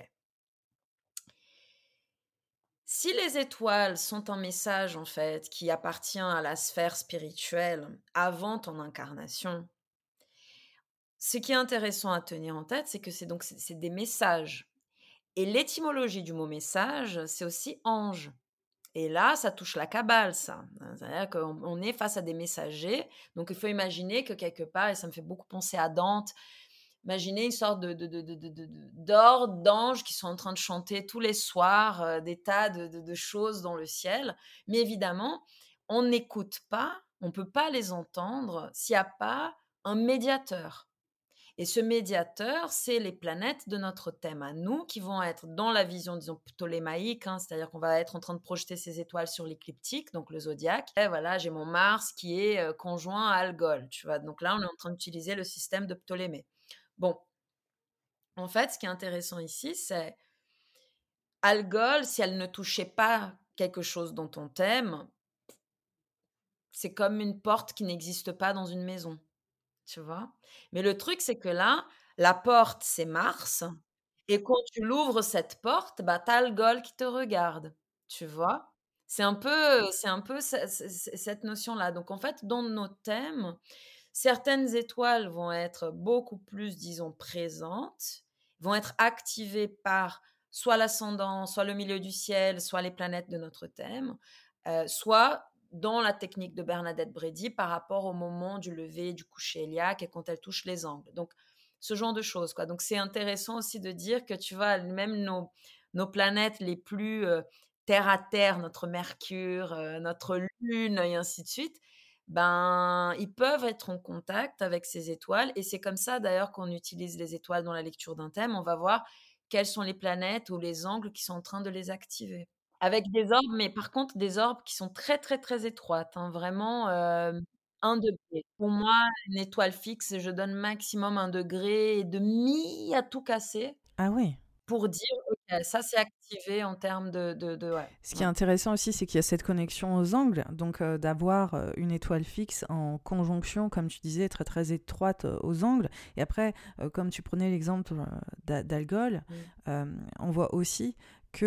Si les étoiles sont un message, en fait, qui appartient à la sphère spirituelle avant ton incarnation, ce qui est intéressant à tenir en tête, c'est que c'est des messages. Et l'étymologie du mot message, c'est aussi ange. Et là, ça touche la Kabbale, ça. C'est-à-dire qu'on est face à des messagers. Donc, il faut imaginer que quelque part, et ça me fait beaucoup penser à Dante, imaginez une sorte d'anges qui sont en train de chanter tous les soirs des tas de choses dans le ciel. Mais évidemment, on n'écoute pas, on ne peut pas les entendre s'il n'y a pas un médiateur. Et ce médiateur, c'est les planètes de notre thème à nous qui vont être dans la vision, disons, ptolémaïque, hein, c'est-à-dire qu'on va être en train de projeter ces étoiles sur l'écliptique, donc le zodiaque. Et voilà, j'ai mon Mars qui est conjoint à Algol, tu vois. Donc là, on est en train d'utiliser le système de Ptolémée. Bon, en fait, ce qui est intéressant ici, c'est Algol, si elle ne touchait pas quelque chose dont on thème, c'est comme une porte qui n'existe pas dans une maison. Tu vois? Mais le truc, c'est que là, la porte, c'est Mars et quand tu l'ouvres cette porte, bah, tu as le Algol qui te regarde, tu vois? C'est un peu cette notion-là. Donc en fait, dans nos thèmes, certaines étoiles vont être beaucoup plus, disons, présentes, vont être activées par soit l'ascendant, soit le milieu du ciel, soit les planètes de notre thème, soit dans la technique de Bernadette Brady par rapport au moment du lever et du coucher héliaque et quand elle touche les angles. Donc, ce genre de choses, quoi. Donc c'est intéressant aussi de dire que, tu vois, même nos planètes les plus, terre à terre, notre Mercure, notre Lune et ainsi de suite, ben, ils peuvent être en contact avec ces étoiles et c'est comme ça d'ailleurs qu'on utilise les étoiles dans la lecture d'un thème. On va voir quelles sont les planètes ou les angles qui sont en train de les activer. Avec des orbes, mais par contre des orbes qui sont très, très, très étroites, hein, vraiment, 1 degré. Pour moi, une étoile fixe, je donne maximum 1,5 degrés à tout casser Ah oui. pour dire: «OK, ça c'est activé en termes de» ouais, Ce qui est ouais. intéressant aussi, c'est qu'il y a cette connexion aux angles, donc d'avoir une étoile fixe en conjonction, comme tu disais, très très étroite aux angles. Et après, comme tu prenais l'exemple d'Algol, Mmh. on voit aussi que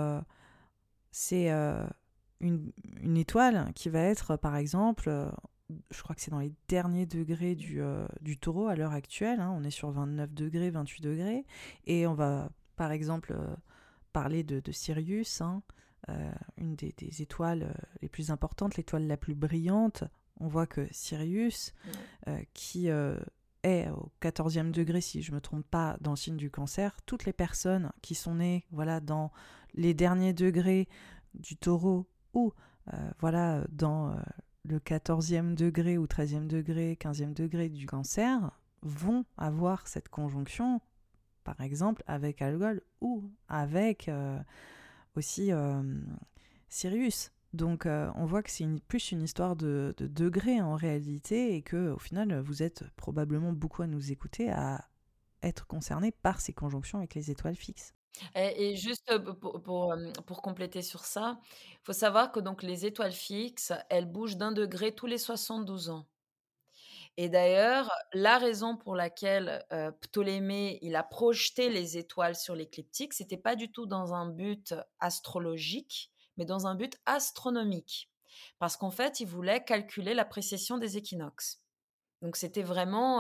c'est une étoile qui va être, par exemple, je crois que c'est dans les derniers degrés du taureau à l'heure actuelle, hein, on est sur 29 degrés, 28 degrés, et on va, par exemple, parler de Sirius, hein, une des étoiles les plus importantes, l'étoile la plus brillante. On voit que Sirius, Ouais. qui est au 14e degré, si je ne me trompe pas, dans le signe du cancer, toutes les personnes qui sont nées voilà, dans les derniers degrés du taureau ou voilà, dans le 14e degré ou 13e degré, 15e degré du cancer, vont avoir cette conjonction, par exemple, avec Algol ou avec aussi Sirius. Donc on voit que c'est plus une histoire de degrés en réalité et que au final vous êtes probablement beaucoup à nous écouter à être concernés par ces conjonctions avec les étoiles fixes. Et juste, pour compléter sur ça, il faut savoir que donc les étoiles fixes, elles bougent d'1 degré tous les 72 ans. Et d'ailleurs, la raison pour laquelle, Ptolémée, il a projeté les étoiles sur l'écliptique, c'était pas du tout dans un but astrologique, mais dans un but astronomique. Parce qu'en fait, il voulait calculer la précession des équinoxes. Donc c'était vraiment,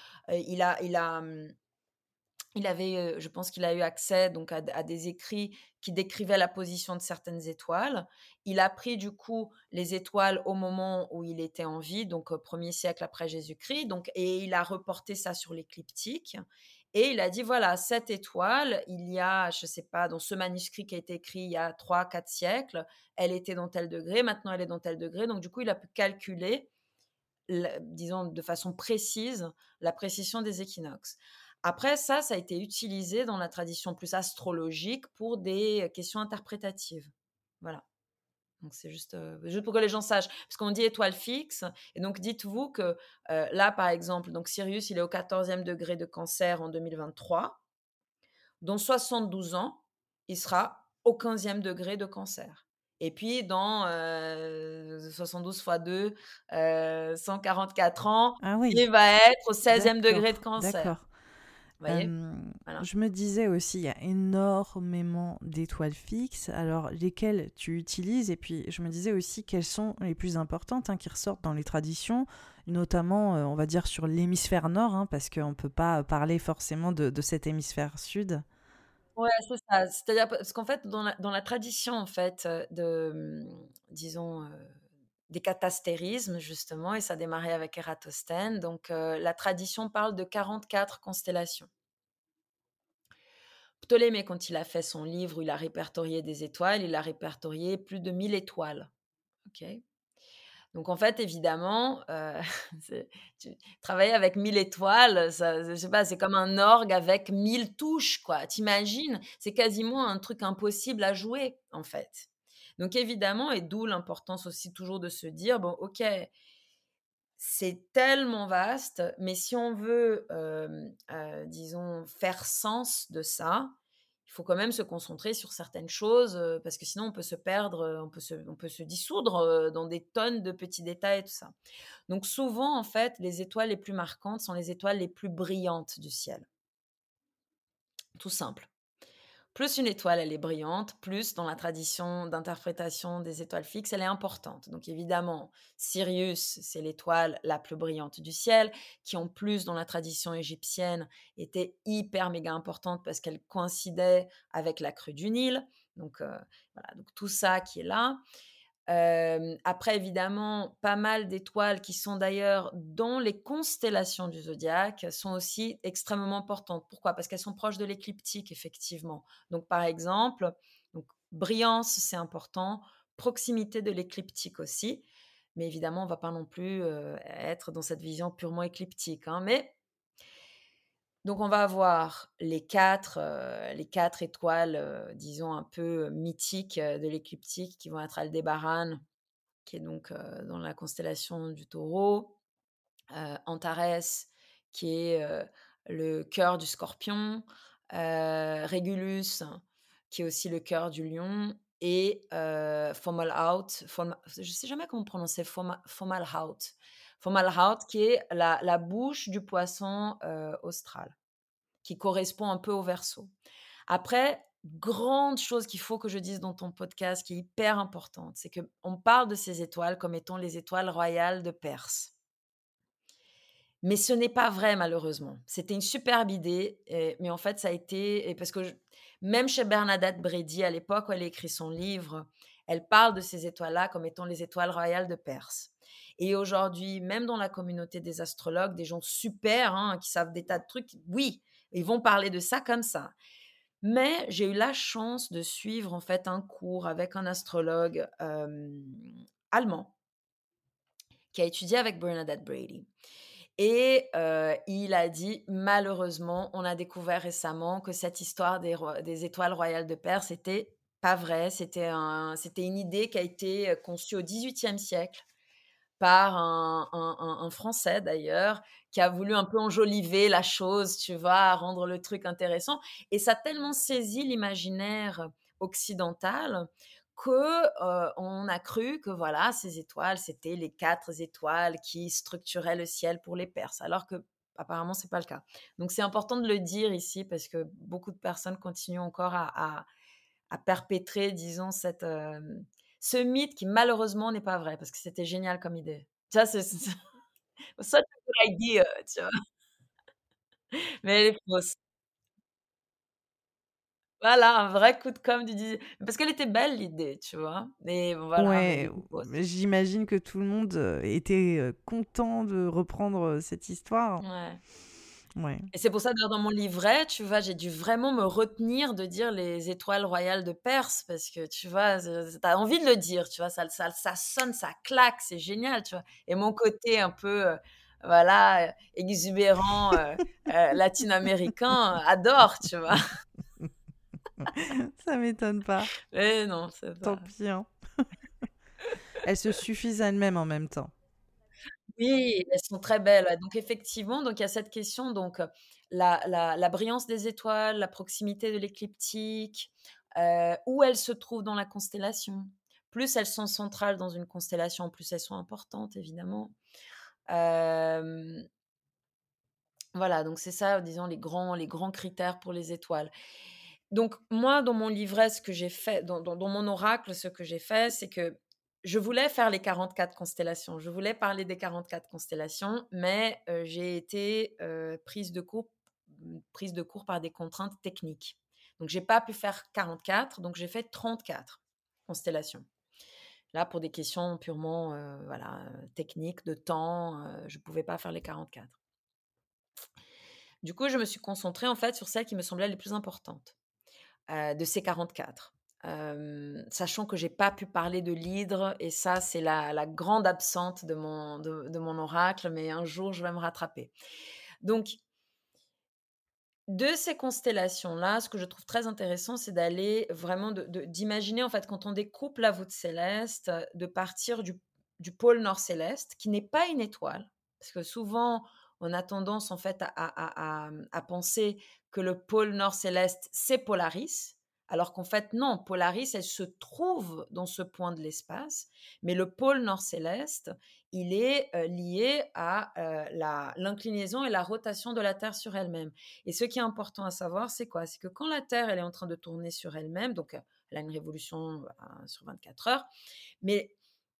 il avait, je pense qu'il a eu accès donc à des écrits qui décrivaient la position de certaines étoiles. Il a pris du coup les étoiles au moment où il était en vie, donc 1er siècle après Jésus-Christ, donc et il a reporté ça sur l'écliptique et il a dit: «Voilà, cette étoile, il y a, je sais pas, dans ce manuscrit qui a été écrit il y a 3, 4 siècles, elle était dans tel degré, maintenant elle est dans tel degré». Donc du coup, il a pu calculer disons de façon précise, la précision des équinoxes. Après ça a été utilisé dans la tradition plus astrologique pour des questions interprétatives. Voilà. Donc c'est juste pour que les gens sachent, parce qu'on dit étoile fixe, et donc dites-vous que là, par exemple, donc Sirius, il est au 14e degré de cancer en 2023. Dans 72 ans, il sera au 15e degré de cancer. Et puis dans 72 fois 2, 144 ans, Ah oui, il va être au 16e degré de d'accord, cancer. d'accord. Vous voyez? Voilà. Je me disais aussi, il y a énormément d'étoiles fixes, alors lesquelles tu utilises, et puis je me disais aussi quelles sont les plus importantes hein, qui ressortent dans les traditions, notamment, on va dire, sur l'hémisphère nord, hein, parce qu'on ne peut pas parler forcément de cet hémisphère sud. Ouais, c'est ça. C'est-à-dire parce qu'en fait, dans la tradition, en fait, disons, des catastérismes, justement, et ça a démarré avec Ératosthène, donc la tradition parle de 44 constellations. Ptolémée, quand il a fait son livre où il a répertorié des étoiles, il a répertorié plus de 1000 étoiles. OK? Donc en fait, évidemment, c'est travailler avec 1000 étoiles, ça je sais pas, c'est comme un orgue avec 1000 touches, quoi. Tu imagines? C'est quasiment un truc impossible à jouer, en fait. Donc évidemment, et d'où l'importance aussi toujours de se dire: «Bon, OK, c'est tellement vaste, mais si on veut, disons, faire sens de ça, il faut quand même se concentrer sur certaines choses, parce que sinon on peut se perdre, on peut se dissoudre, dans des tonnes de petits détails et tout ça. Donc souvent, en fait, les étoiles les plus marquantes sont les étoiles les plus brillantes du ciel, tout simple. Plus une étoile, elle est brillante, plus dans la tradition d'interprétation des étoiles fixes, elle est importante. Donc évidemment, Sirius, c'est l'étoile la plus brillante du ciel, qui en plus dans la tradition égyptienne était hyper méga importante parce qu'elle coïncidait avec la crue du Nil. Donc voilà, donc tout ça qui est là. Après évidemment, pas mal d'étoiles qui sont d'ailleurs dans les constellations du zodiaque sont aussi extrêmement importantes. Pourquoi? Parce qu'elles sont proches de l'écliptique effectivement. Donc par exemple, donc brillance, c'est important, proximité de l'écliptique aussi, mais évidemment, on va pas non plus, être dans cette vision purement écliptique, hein. Mais donc on va avoir les 4 étoiles, disons un peu mythiques, de l'écliptique qui vont être Aldébaran, qui est donc, dans la constellation du Taureau, Antares, qui est, le cœur du Scorpion, Régulus, qui est aussi le cœur du Lion et Fomalhaut, je sais jamais comment prononcer Fomalhaut. Fomalhaut qui est la bouche du Poisson, austral, qui correspond un peu au Verseau. Après, grande chose qu'il faut que je dise dans ton podcast qui est hyper importante, c'est qu'on parle de ces étoiles comme étant les étoiles royales de Perse. Mais ce n'est pas vrai malheureusement. C'était une superbe idée, mais en fait ça a été et parce que même chez Bernadette Brady à l'époque où elle a écrit son livre, elle parle de ces étoiles-là comme étant les étoiles royales de Perse. Et aujourd'hui, même dans la communauté des astrologues, des gens super, hein, qui savent des tas de trucs, oui, ils vont parler de ça comme ça. Mais j'ai eu la chance de suivre en fait un cours avec un astrologue, allemand qui a étudié avec Bernadette Brady et il a dit: «Malheureusement, on a découvert récemment que cette histoire des étoiles royales de Perse, c'était pas vrai. C'était une idée qui a été, conçue au XVIIIe siècle par un Français d'ailleurs, qui a voulu un peu enjoliver la chose, tu vois? Rendre le truc intéressant et ça a tellement saisi l'imaginaire occidental que, on a cru que voilà, ces étoiles, c'était les 4 étoiles qui structuraient le ciel pour les Perses, alors qu'apparemment c'est pas le cas. Donc c'est important de le dire ici parce que beaucoup de personnes continuent encore à perpétrer, disons, ce mythe qui malheureusement n'est pas vrai parce que c'était génial comme idée. Tu vois, c'est such a good idea, tu vois? Mais elle est fausse. Voilà, un vrai coup de com' du dis parce qu'elle était belle l'idée, tu vois? Mais bon voilà, mais elle Ouais, était fausse. j'imagine que tout le monde, était, content de reprendre, cette histoire. Ouais. Ouais. Et c'est pour ça d'ailleurs dans mon livret, tu vois, j'ai dû vraiment me retenir de dire les étoiles royales de Perse parce que tu vois, tu as envie de le dire, tu vois? Ça sonne, ça claque, c'est génial, tu vois? Et mon côté un peu, voilà, exubérant, latino-américain, adore, tu vois? Ça m'étonne pas. Mais non, c'est Tant pas pis, hein. Elles se suffisent à elles-mêmes en même temps. oui, elles sont très belles, ouais. Donc effectivement, donc il y a cette question, donc la brillance des étoiles, la proximité de l'écliptique, où elles se trouvent dans la constellation. Plus elles sont centrales dans une constellation, plus elles sont importantes évidemment. Hem, voilà, donc c'est ça, disons les grands critères pour les étoiles. Donc moi, dans mon livret, ce que j'ai fait, dans mon oracle, ce que j'ai fait, c'est que je voulais faire les 44 constellations. Je voulais parler des 44 constellations, mais j'ai été, prise de court par des contraintes techniques. Donc j'ai pas pu faire 44, donc j'ai fait 34 constellations. Là, pour des questions purement, voilà, techniques, de temps, je pouvais pas faire les 44. Du coup, je me suis concentrée, en fait, sur celles qui me semblaient les plus importantes. De ces 44. Sachant que j'ai pas pu parler de l'hydre et ça, c'est la grande absente de mon oracle, mais un jour, je vais me rattraper. Donc de ces constellations-là, ce que je trouve très intéressant, c'est d'aller vraiment d'imaginer, en fait, quand on découpe la voûte céleste, de partir du pôle nord céleste, qui n'est pas une étoile. Parce que souvent, on a tendance, en fait, à penser que le pôle nord céleste, c'est Polaris, alors qu'en fait, non, Polaris, elle se trouve dans ce point de l'espace, mais le pôle nord céleste, il est lié à l'inclinaison et la rotation de la Terre sur elle-même. Et ce qui est important à savoir, c'est quoi? C'est que quand la Terre, elle est en train de tourner sur elle-même, donc elle a une révolution sur 24 heures, mais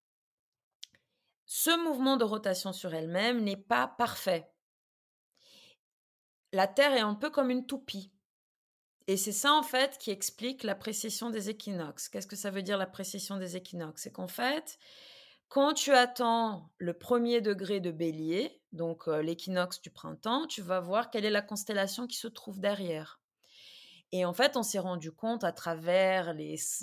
ce mouvement de rotation sur elle-même n'est pas parfait. La Terre est un peu comme une toupie. Et c'est ça, en fait, qui explique la précession des équinoxes. Qu'est-ce que ça veut dire la précession des équinoxes? C'est qu'en fait, quand tu attends le 1er degré de Bélier, donc l'équinoxe du printemps, tu vas voir quelle est la constellation qui se trouve derrière. Et en fait, on s'est rendu compte à travers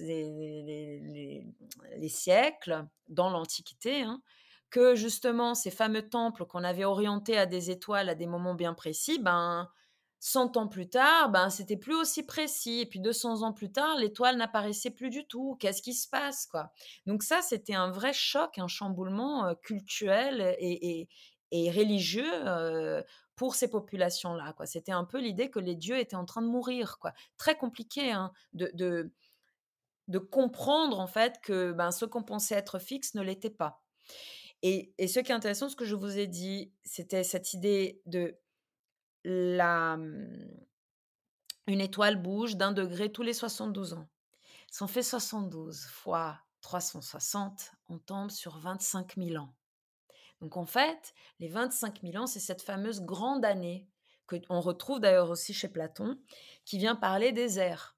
les siècles, dans l'Antiquité, hein, que justement ces fameux temples qu'on avait orientés à des étoiles à des moments bien précis, ben, 100 ans plus tard, ben, c'était plus aussi précis et puis 200 ans plus tard, l'étoile n'apparaissait plus du tout. Qu'est-ce qui se passe, quoi? Donc ça, c'était un vrai choc, un chamboulement, cultuel et religieux, pour ces populations-là, quoi. C'était un peu l'idée que les dieux étaient en train de mourir, quoi. Très compliqué, hein, de comprendre, en fait, que, ben, ce qu'on pensait être fixe ne l'était pas. Et ce qui est intéressant, ce que je vous ai dit, c'était cette idée de la, une étoile bouge d'1 degré tous les 72 ans. Si on fait 72 fois 360, on tombe sur 25 000 ans. Donc en fait, les 25 000 ans, c'est cette fameuse grande année que on retrouve d'ailleurs aussi chez Platon, qui vient parler des ères.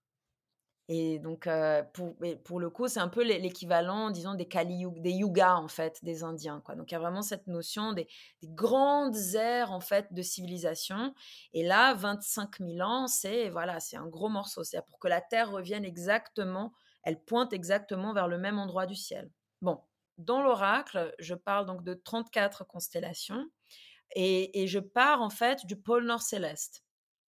Et donc pour le coup, c'est un peu l'équivalent, disons, des des yugas, en fait, des Indiens, quoi. Donc il y a vraiment cette notion des grandes ères, en fait, de civilisation. Et là, 25 000 ans, c'est voilà, c'est un gros morceau. C'est pour que la Terre revienne exactement, elle pointe exactement vers le même endroit du ciel. Bon, dans l'oracle, je parle donc de 34 constellations et je pars, en fait, du pôle nord céleste.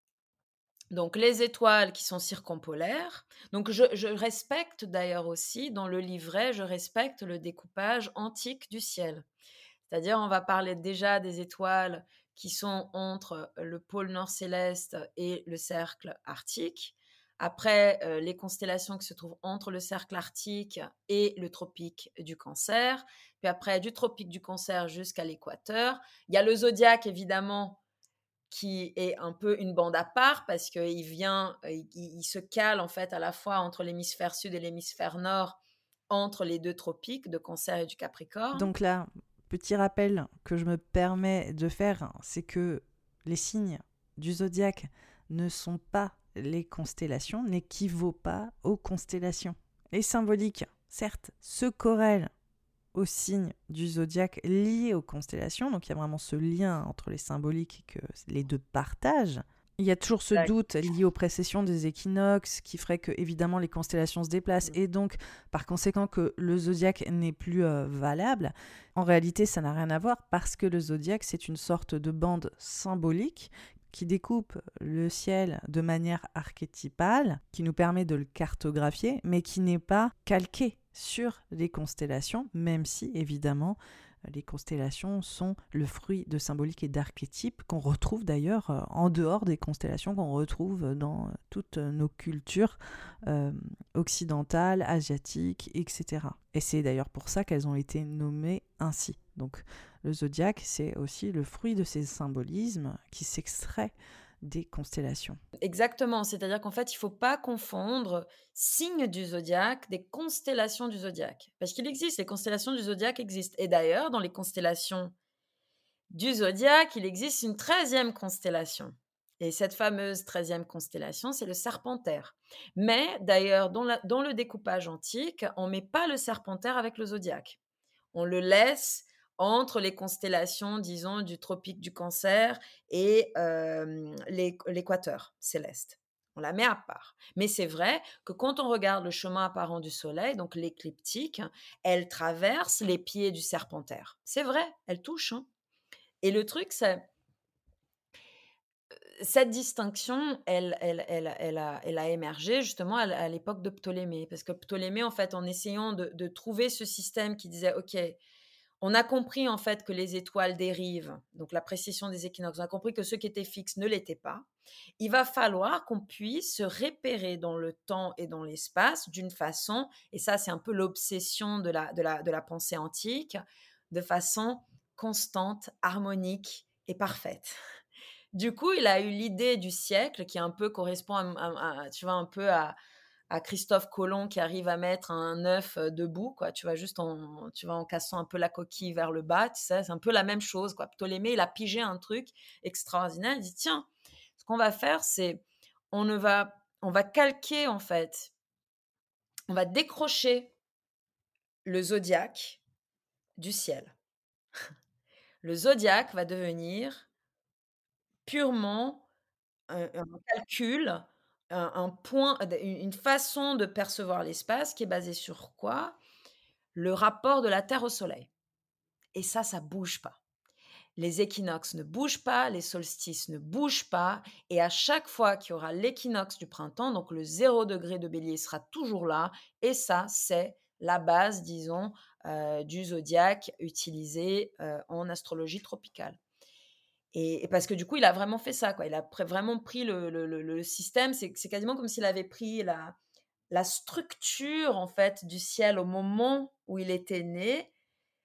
Donc les étoiles qui sont circumpolaires. Donc je respecte d'ailleurs aussi dans le livret, je respecte le découpage antique du ciel. C'est-à-dire on va parler déjà des étoiles qui sont entre le pôle nord céleste et le cercle arctique. Après, les constellations qui se trouvent entre le cercle arctique et le tropique du Cancer. Puis après, du tropique du Cancer jusqu'à l'équateur. Il y a le zodiaque, évidemment, qui est un peu une bande à part parce qu'il vient, il se cale en fait à la fois entre l'hémisphère sud et l'hémisphère nord, entre les 2 tropiques de Cancer et du Capricorne. Donc là, petit rappel que je me permets de faire, c'est que les signes du zodiaque ne sont pas les constellations, n'équivaut pas aux constellations. Les symboliques, certes, se corrèlent aux signes du zodiaque liés aux constellations, donc il y a vraiment ce lien entre les symboliques que les deux partagent. Il y a toujours ce doute lié aux précessions des équinoxes qui ferait que, évidemment, les constellations se déplacent et donc, par conséquent, que le zodiaque n'est plus valable. En réalité, ça n'a rien à voir parce que le zodiaque, c'est une sorte de bande symbolique qui découpe le ciel de manière archétypale, qui nous permet de le cartographier, mais qui n'est pas calqué sur les constellations, même si, évidemment, les constellations sont le fruit de symboliques et d'archétypes qu'on retrouve d'ailleurs en dehors des constellations qu'on retrouve dans toutes nos cultures occidentales, asiatiques, etc. Et c'est d'ailleurs pour ça qu'elles ont été nommées ainsi. Donc le zodiaque, c'est aussi le fruit de ces symbolismes qui s'extrait des constellations. Exactement, c'est-à-dire qu'en fait, il ne faut pas confondre signes du zodiaque des constellations du zodiaque. Parce qu'il existe, les constellations du zodiaque existent. Et d'ailleurs, dans les constellations du zodiaque, il existe une 13e constellation. Et cette fameuse 13e constellation, c'est le Serpentaire. Mais d'ailleurs, dans le découpage antique, on ne met pas le Serpentaire avec le zodiaque. On le laisse entre les constellations, disons, du tropique du Cancer et l'équateur céleste. On la met à part. Mais c'est vrai que quand on regarde le chemin apparent du Soleil, donc l'écliptique, elle traverse les pieds du Serpentaire. C'est vrai, elle touche, hein. Et le truc, c'est cette distinction, elle a émergé justement à l'époque de Ptolémée. Parce que Ptolémée, en fait, en essayant de trouver ce système qui disait, OK, on a compris en fait que les étoiles dérivent, donc la précession des équinoxes, on a compris que ce qui était fixe ne l'était pas. Il va falloir qu'on puisse se repérer dans le temps et dans l'espace d'une façon, et ça c'est un peu l'obsession de la pensée antique, de façon constante, harmonique et parfaite. Du coup, il a eu l'idée du siècle qui un peu correspond tu vois, un peu à Christophe Colomb qui arrive à mettre un œuf debout, quoi. Tu vas en cassant un peu la coquille vers le bas, tu sais, c'est un peu la même chose, quoi. Ptolémée, il a pigé un truc extraordinaire. Il dit, tiens, ce qu'on va faire, c'est, on ne va, on va calquer, en fait, on va décrocher le zodiaque du ciel. Le zodiaque va devenir purement un calcul, un point, une façon de percevoir l'espace qui est basée sur quoi? Le rapport de la Terre au Soleil et ça bouge pas. Les équinoxes ne bougent pas, les solstices ne bougent pas et à chaque fois qu'il y aura l'équinoxe du printemps, donc le 0° de Bélier sera toujours là et ça, c'est la base, disons, du zodiaque utilisé, en astrologie tropicale. Et parce que du coup, il a vraiment fait ça, quoi. Il a vraiment pris le système. C'est quasiment comme s'il avait pris la structure, en fait, du ciel au moment où il était né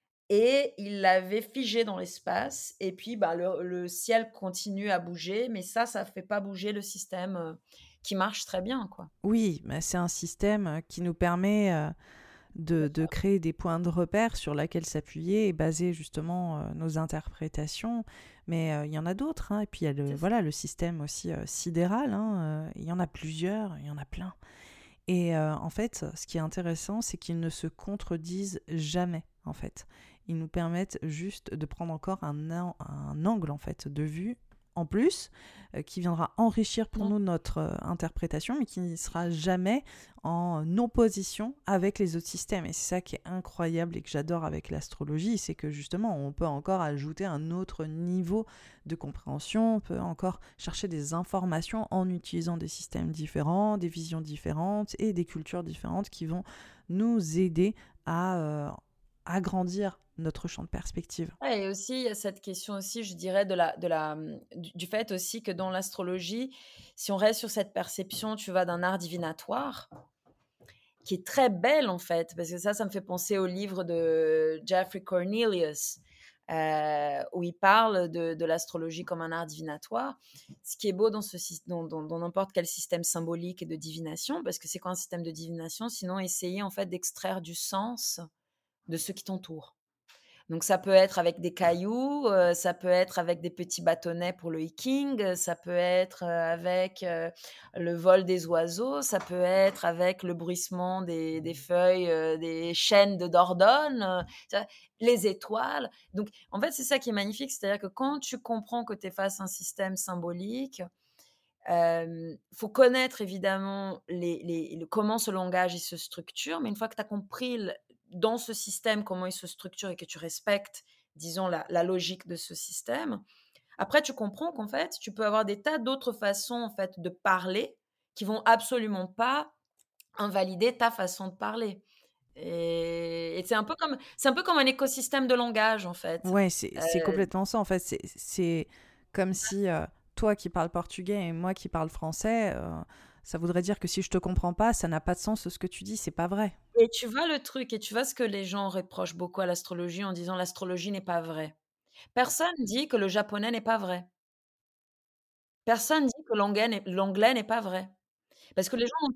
et il l'avait figé dans l'espace. Et puis, bah, le ciel continue à bouger, mais ça fait pas bouger le système qui marche très bien, quoi. Oui, mais c'est un système qui nous permet de créer des points de repère sur lesquels s'appuyer et baser justement nos interprétations. Mais il y en a d'autres. Hein. Et puis il y a le système aussi sidéral. Hein. Il y en a plusieurs, il y en a plein. Et en fait, ce qui est intéressant, c'est qu'ils ne se contredisent jamais, en fait. Ils nous permettent juste de prendre encore un angle, en fait, de vue, en plus, qui viendra enrichir pour nous notre interprétation, mais qui ne sera jamais en opposition avec les autres systèmes. Et c'est ça qui est incroyable et que j'adore avec l'astrologie, c'est que justement, on peut encore ajouter un autre niveau de compréhension, on peut encore chercher des informations en utilisant des systèmes différents, des visions différentes et des cultures différentes qui vont nous aider à agrandir notre champ de perspective. Ouais, et aussi, il y a cette question aussi, je dirais, du fait aussi que dans l'astrologie, si on reste sur cette perception, tu vois, d'un art divinatoire, qui est très belle, en fait, parce que ça me fait penser au livre de Jeffrey Cornelius, où il parle de l'astrologie comme un art divinatoire. Ce qui est beau dans n'importe quel système symbolique et de divination, parce que c'est quoi un système de divination? Sinon, essayer, en fait, d'extraire du sens de ce qui t'entoure. Donc ça peut être avec des cailloux, ça peut être avec des petits bâtonnets pour le hiking, ça peut être, avec, le vol des oiseaux, ça peut être avec le bruissement des feuilles, des chênes de Dordogne, tu vois? Les étoiles. Donc en fait, c'est ça qui est magnifique, c'est-à-dire que quand tu comprends que tu es face à un système symbolique, faut connaître évidemment comment ce langage il se structure, mais une fois que tu as compris dans ce système comment il se structure et que tu respectes, disons, la logique de ce système, après tu comprends qu'en fait, tu peux avoir des tas d'autres façons en fait de parler qui vont absolument pas invalider ta façon de parler. Et c'est un peu comme un écosystème de langage en fait. Ouais, c'est complètement ça. En fait, c'est comme si toi qui parles portugais et moi qui parle français, ça voudrait dire que si je te comprends pas, ça n'a pas de sens ce que tu dis, c'est pas vrai. Et tu vois le truc et tu vois ce que les gens reprochent beaucoup à l'astrologie en disant: «L'astrologie n'est pas vraie». Personne dit que le japonais n'est pas vrai. Personne dit que l'anglais n'est pas vrai. Parce que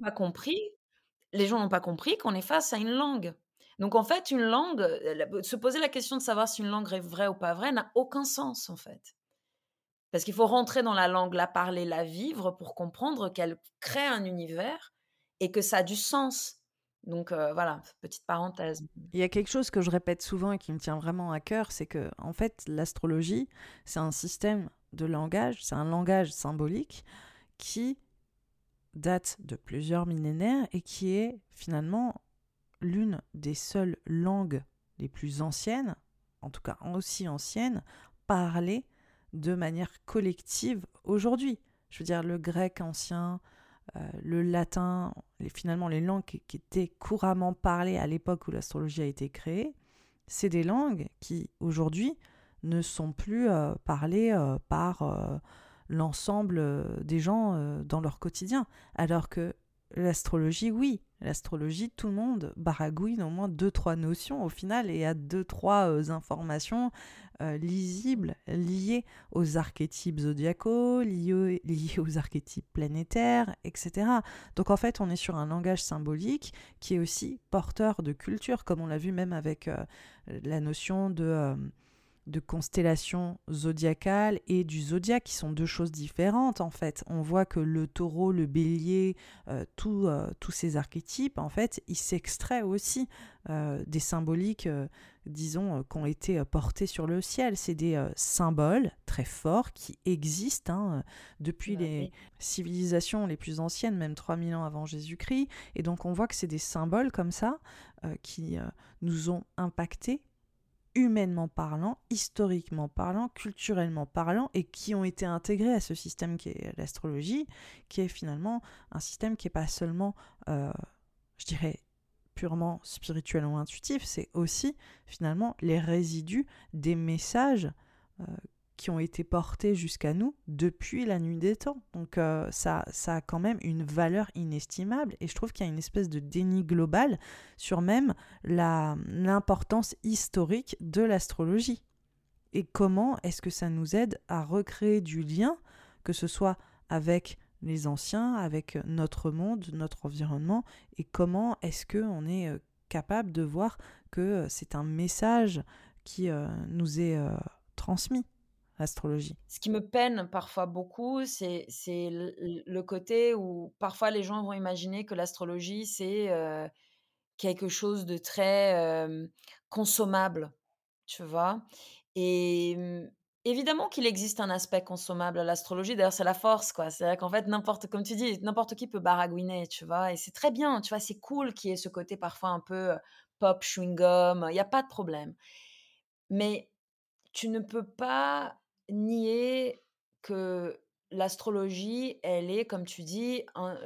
les gens n'ont pas compris qu'on est face à une langue. Donc en fait, une langue, se poser la question de savoir si une langue est vraie ou pas vraie n'a aucun sens, en fait. Parce qu'il faut rentrer dans la langue, la parler, la vivre pour comprendre qu'elle crée un univers et que ça a du sens. Donc voilà, petite parenthèse. Il y a quelque chose que je répète souvent et qui me tient vraiment à cœur, c'est que en fait, l'astrologie, c'est un système de langage, c'est un langage symbolique qui date de plusieurs millénaires et qui est finalement l'une des seules langues les plus anciennes, en tout cas aussi anciennes, parlées de manière collective aujourd'hui. Je veux dire, le grec ancien, le latin, finalement les langues qui étaient couramment parlées à l'époque où l'astrologie a été créée, c'est des langues qui aujourd'hui ne sont plus parlées par l'ensemble des gens dans leur quotidien. Alors que l'astrologie, oui, l'astrologie, tout le monde baragouine au moins 2-3 notions au final et a 2-3 informations lisibles liées aux archétypes zodiacaux, liées aux archétypes planétaires, etc. Donc en fait, on est sur un langage symbolique qui est aussi porteur de culture, comme on l'a vu même avec la notion de constellations zodiacales et du zodiaque, qui sont deux choses différentes en fait. On voit que le taureau, le bélier, tous ces archétypes, en fait, ils s'extraient aussi des symboliques, disons, qui ont été portés sur le ciel. C'est des symboles très forts qui existent depuis Bah les oui. civilisations les plus anciennes, même 3000 ans avant Jésus-Christ. Et donc on voit que c'est des symboles comme ça qui nous ont impactés humainement parlant, historiquement parlant, culturellement parlant, et qui ont été intégrés à ce système qui est l'astrologie, qui est finalement un système qui n'est pas seulement, je dirais, purement spirituel ou intuitif, c'est aussi finalement les résidus des messages euh, qui ont été portés jusqu'à nous depuis la nuit des temps. Donc ça a quand même une valeur inestimable, et je trouve qu'il y a une espèce de déni global sur même l'importance historique de l'astrologie. Et comment est-ce que ça nous aide à recréer du lien, que ce soit avec les anciens, avec notre monde, notre environnement, et comment est-ce qu'on est capable de voir que c'est un message qui nous est transmis, l'astrologie. Ce qui me peine parfois beaucoup, c'est le côté où parfois les gens vont imaginer que l'astrologie, c'est, quelque chose de très, consommable, tu vois? Et évidemment qu'il existe un aspect consommable à l'astrologie, d'ailleurs c'est la force, quoi. C'est-à-dire qu'en fait n'importe comme tu dis, n'importe qui peut baragouiner, tu vois? Et c'est très bien, tu vois? C'est cool qu'il y ait ce côté parfois un peu, pop chewing-gum, il y a pas de problème. Mais tu ne peux pas nier que l'astrologie, elle est, comme tu dis,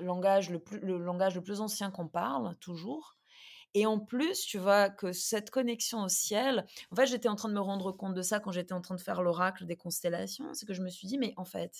le langage le plus ancien qu'on parle, toujours. Et en plus, tu vois que cette connexion au ciel en fait, j'étais en train de me rendre compte de ça quand j'étais en train de faire l'oracle des constellations. C'est que je me suis dit: «Mais en fait,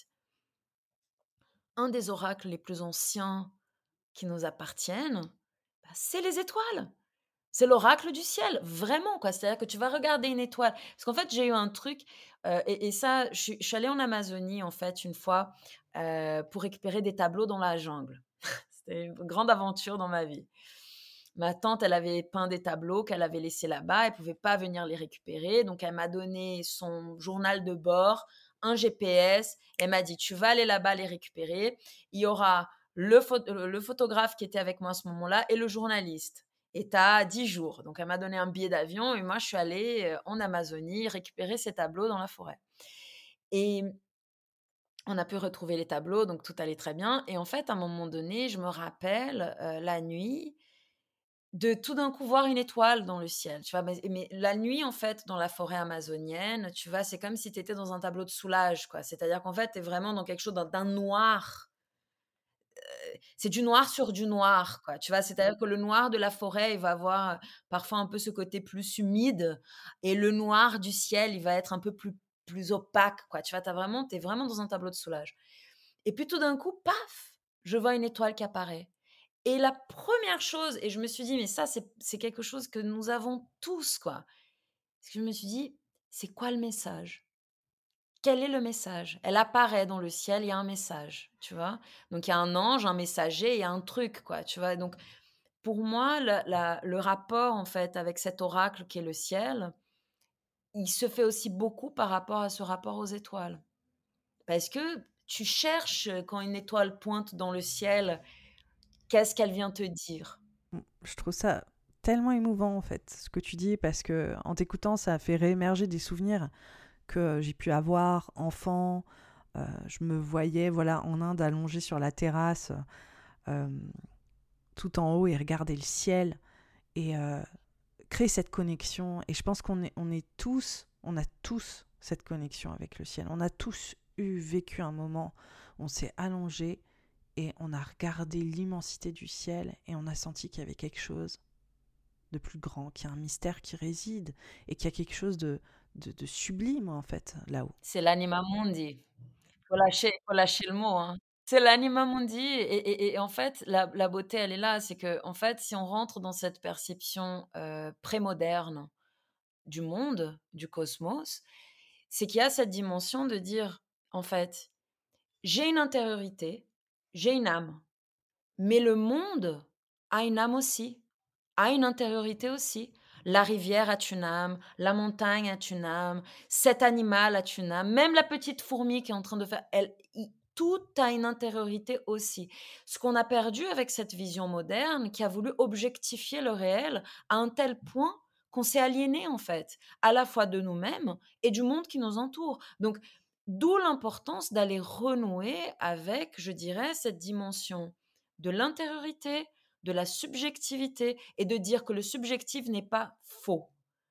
un des oracles les plus anciens qui nous appartiennent, bah, c'est les étoiles!» C'est l'oracle du ciel, vraiment quoi. C'est-à-dire que tu vas regarder une étoile parce qu'en fait, j'ai eu un truc, et ça, je suis allée en Amazonie, en fait, une fois, pour récupérer des tableaux dans la jungle. C'était une grande aventure dans ma vie. Ma tante, elle avait peint des tableaux qu'elle avait laissés là-bas, elle pouvait pas venir les récupérer, donc elle m'a donné son journal de bord, un GPS, elle m'a dit: «Tu vas aller là-bas les récupérer. Il y aura le photographe qui était avec moi à ce moment-là et le journaliste et tu as 10 jours». Donc elle m'a donné un billet d'avion et moi je suis allée, en Amazonie récupérer ces tableaux dans la forêt et on a pu retrouver les tableaux, donc tout allait très bien et en fait, à un moment donné, je me rappelle, la nuit, de tout d'un coup voir une étoile dans le ciel, tu vois? Mais la nuit, en fait, dans la forêt amazonienne, tu vois, c'est comme si tu étais dans un tableau de Soulage, quoi. C'est-à-dire qu'en fait, tu es vraiment dans quelque chose d'un noir. C'est du noir sur du noir, quoi, tu vois? C'est-à-dire que le noir de la forêt, il va avoir, parfois un peu ce côté plus humide et le noir du ciel, il va être un peu plus opaque, quoi, tu vois? Tu es vraiment dans un tableau de Soulage et puis tout d'un coup, paf! Je vois une étoile qui apparaît et la première chose et je me suis dit: «Mais ça, c'est quelque chose que nous avons tous, quoi». Parce que je me suis dit: «C'est quoi le message? Quel est le message?» Elle apparaît dans le ciel, il y a un message, tu vois? Donc il y a un ange, un messager, il y a un truc, quoi, tu vois? Donc pour moi, le rapport, en fait, avec cet oracle qui est le ciel, il se fait aussi beaucoup par rapport à ce rapport aux étoiles. Parce que tu cherches, quand une étoile pointe dans le ciel, qu'est-ce qu'elle vient te dire? Je trouve ça tellement émouvant en fait, ce que tu dis, parce que en t'écoutant, ça a fait réémerger des souvenirs que j'ai pu avoir enfant. Je me voyais voilà en Inde allongée sur la terrasse, euh, tout en haut, et regarder le ciel et créer cette connexion. Et je pense on a tous cette connexion avec le ciel. On a tous vécu un moment où on s'est allongé et on a regardé l'immensité du ciel et on a senti qu'il y avait quelque chose de plus grand, qu'il y a un mystère qui réside et qu'il y a quelque chose de sublime en fait là-haut. C'est l'anima mundi. Faut lâcher le mot, hein. C'est l'anima mundi et en fait, la beauté, elle est là. C'est que en fait, si on rentre dans cette perception, prémoderne du monde, du cosmos, c'est qu'il y a cette dimension de dire: «En fait, j'ai une intériorité, j'ai une âme, mais le monde a une âme aussi, a une intériorité aussi. la rivière a une âme, la montagne a une âme, cet animal a une âme, même la petite fourmi qui est en train de faire tout a une intériorité aussi. Ce qu'on a perdu avec cette vision moderne qui a voulu objectifier le réel à un tel point qu'on s'est aliéné en fait, à la fois de nous-mêmes et du monde qui nous entoure. Donc d'où l'importance d'aller renouer avec, je dirais, cette dimension de l'intériorité, de la subjectivité et de dire que le subjectif n'est pas faux.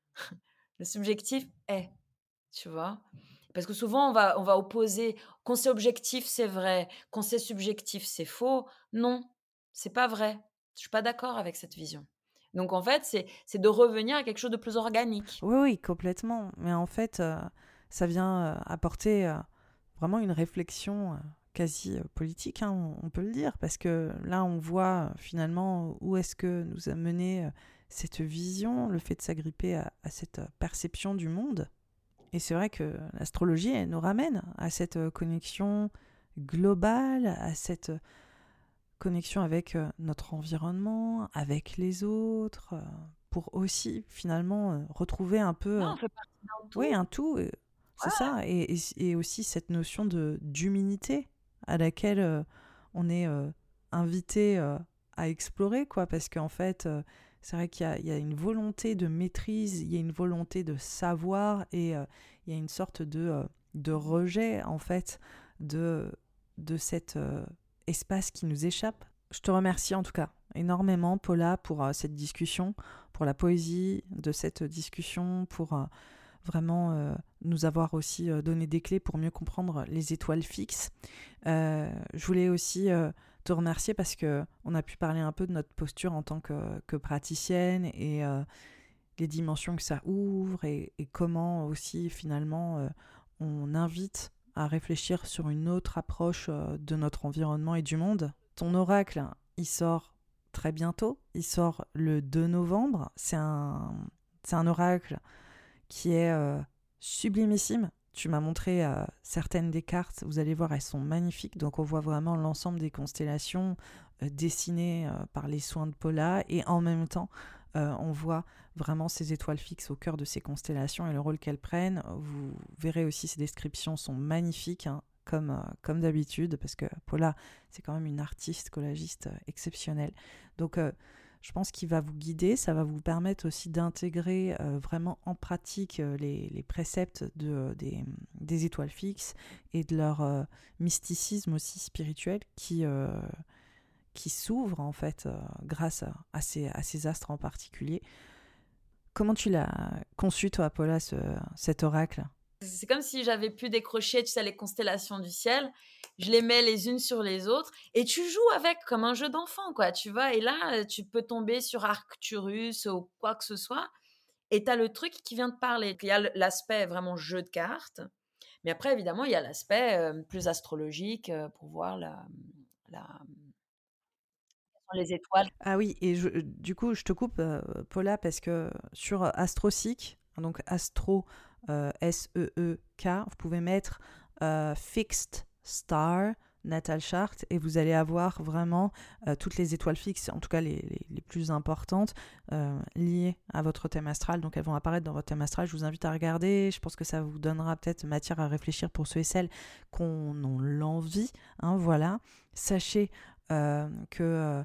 Le subjectif est, tu vois? Parce que souvent on va opposer quand c'est objectif, c'est vrai, quand c'est subjectif, c'est faux. Non, c'est pas vrai. Je suis pas d'accord avec cette vision. Donc en fait, c'est de revenir à quelque chose de plus organique. Oui, oui, complètement. Mais en fait, ça vient apporter vraiment une réflexion quasi politique, hein, on peut le dire, parce que là, on voit finalement où est-ce que nous a mené cette vision, le fait de s'agripper à cette perception du monde. Et c'est vrai que l'astrologie, elle nous ramène à cette connexion globale, à cette connexion avec notre environnement, avec les autres, pour aussi finalement retrouver un peu, Non, on fait partie d'un oui, tout. un tout, c'est Ouais. ça, et aussi cette notion d'humilité à laquelle on est invité à explorer, quoi, parce qu'en fait, c'est vrai qu'il y a une volonté de maîtrise, il y a une volonté de savoir, et il y a une sorte de rejet, en fait, de, de cet espace qui nous échappe. Je te remercie en tout cas énormément, Paula, pour cette discussion, pour la poésie de cette discussion, pour vraiment nous avoir aussi donné des clés pour mieux comprendre les étoiles fixes. Je voulais aussi te remercier parce qu'on a pu parler un peu de notre posture en tant que praticienne, et les dimensions que ça ouvre, et comment aussi finalement on invite à réfléchir sur une autre approche de notre environnement et du monde. Ton oracle, il sort très bientôt, il sort le 2 novembre, c'est un oracle qui est sublimissime. Tu m'as montré certaines des cartes, vous allez voir, elles sont magnifiques. Donc on voit vraiment l'ensemble des constellations dessinées par les soins de Paula, et en même temps, on voit vraiment ces étoiles fixes au cœur de ces constellations et le rôle qu'elles prennent. Vous verrez aussi, ces descriptions sont magnifiques, hein, comme d'habitude, parce que Paula, c'est quand même une artiste collagiste exceptionnelle. Donc je pense qu'il va vous guider, ça va vous permettre aussi d'intégrer vraiment en pratique les préceptes des étoiles fixes, et de leur mysticisme aussi spirituel qui s'ouvre en fait grâce à ces astres en particulier. Comment tu l'as conçu, toi, Paula, cet oracle? C'est comme si j'avais pu décrocher, tu sais, les constellations du ciel. Je les mets les unes sur les autres et tu joues avec comme un jeu d'enfant, quoi, tu vois? Et là, tu peux tomber sur Arcturus ou quoi que ce soit et tu as le truc qui vient te parler. Il y a l'aspect vraiment jeu de cartes, mais après évidemment, il y a l'aspect, plus astrologique, pour voir la les étoiles. Ah oui, et du coup, je te coupe, Paula, parce que sur AstroSeek, donc Astro, SEEK, vous pouvez mettre Fixed Star, Natal Chart, et vous allez avoir vraiment toutes les étoiles fixes, en tout cas les plus importantes, liées à votre thème astral. Donc elles vont apparaître dans votre thème astral. Je vous invite à regarder. Je pense que ça vous donnera peut-être matière à réfléchir pour ceux et celles qui en ont l'envie. Hein, voilà. Sachez que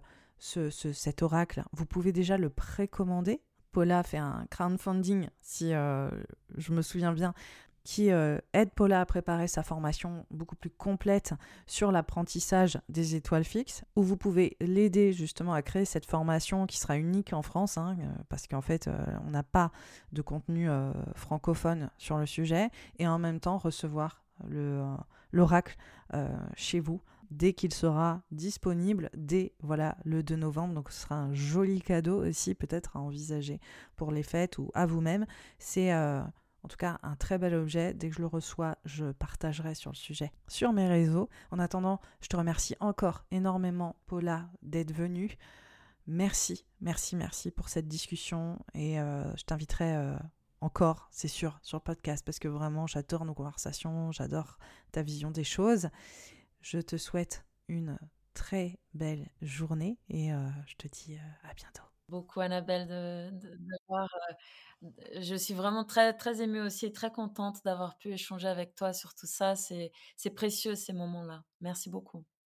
cet oracle, vous pouvez déjà le précommander. Paula a fait un crowdfunding, si je me souviens bien, qui aide Paula à préparer sa formation beaucoup plus complète sur l'apprentissage des étoiles fixes, où vous pouvez l'aider justement à créer cette formation qui sera unique en France, hein, parce qu'en fait, on n'a pas de contenu francophone sur le sujet, et en même temps recevoir l'oracle chez vous dès qu'il sera disponible, dès le 2 novembre. Donc ce sera un joli cadeau aussi peut-être à envisager pour les fêtes ou à vous-même. C'est en tout cas un très bel objet. Dès que je le reçois, je partagerai sur le sujet sur mes réseaux. En attendant, je te remercie encore énormément, Paula, d'être venue. Merci, merci, merci pour cette discussion, et je t'inviterai encore, c'est sûr, sur le podcast, parce que vraiment j'adore nos conversations, j'adore ta vision des choses. Je te souhaite une très belle journée, et je te dis à bientôt. beaucoup Annabelle d'avoir, je suis vraiment très, très émue aussi et très contente d'avoir pu échanger avec toi sur tout ça. C'est précieux ces moments-là. Merci beaucoup.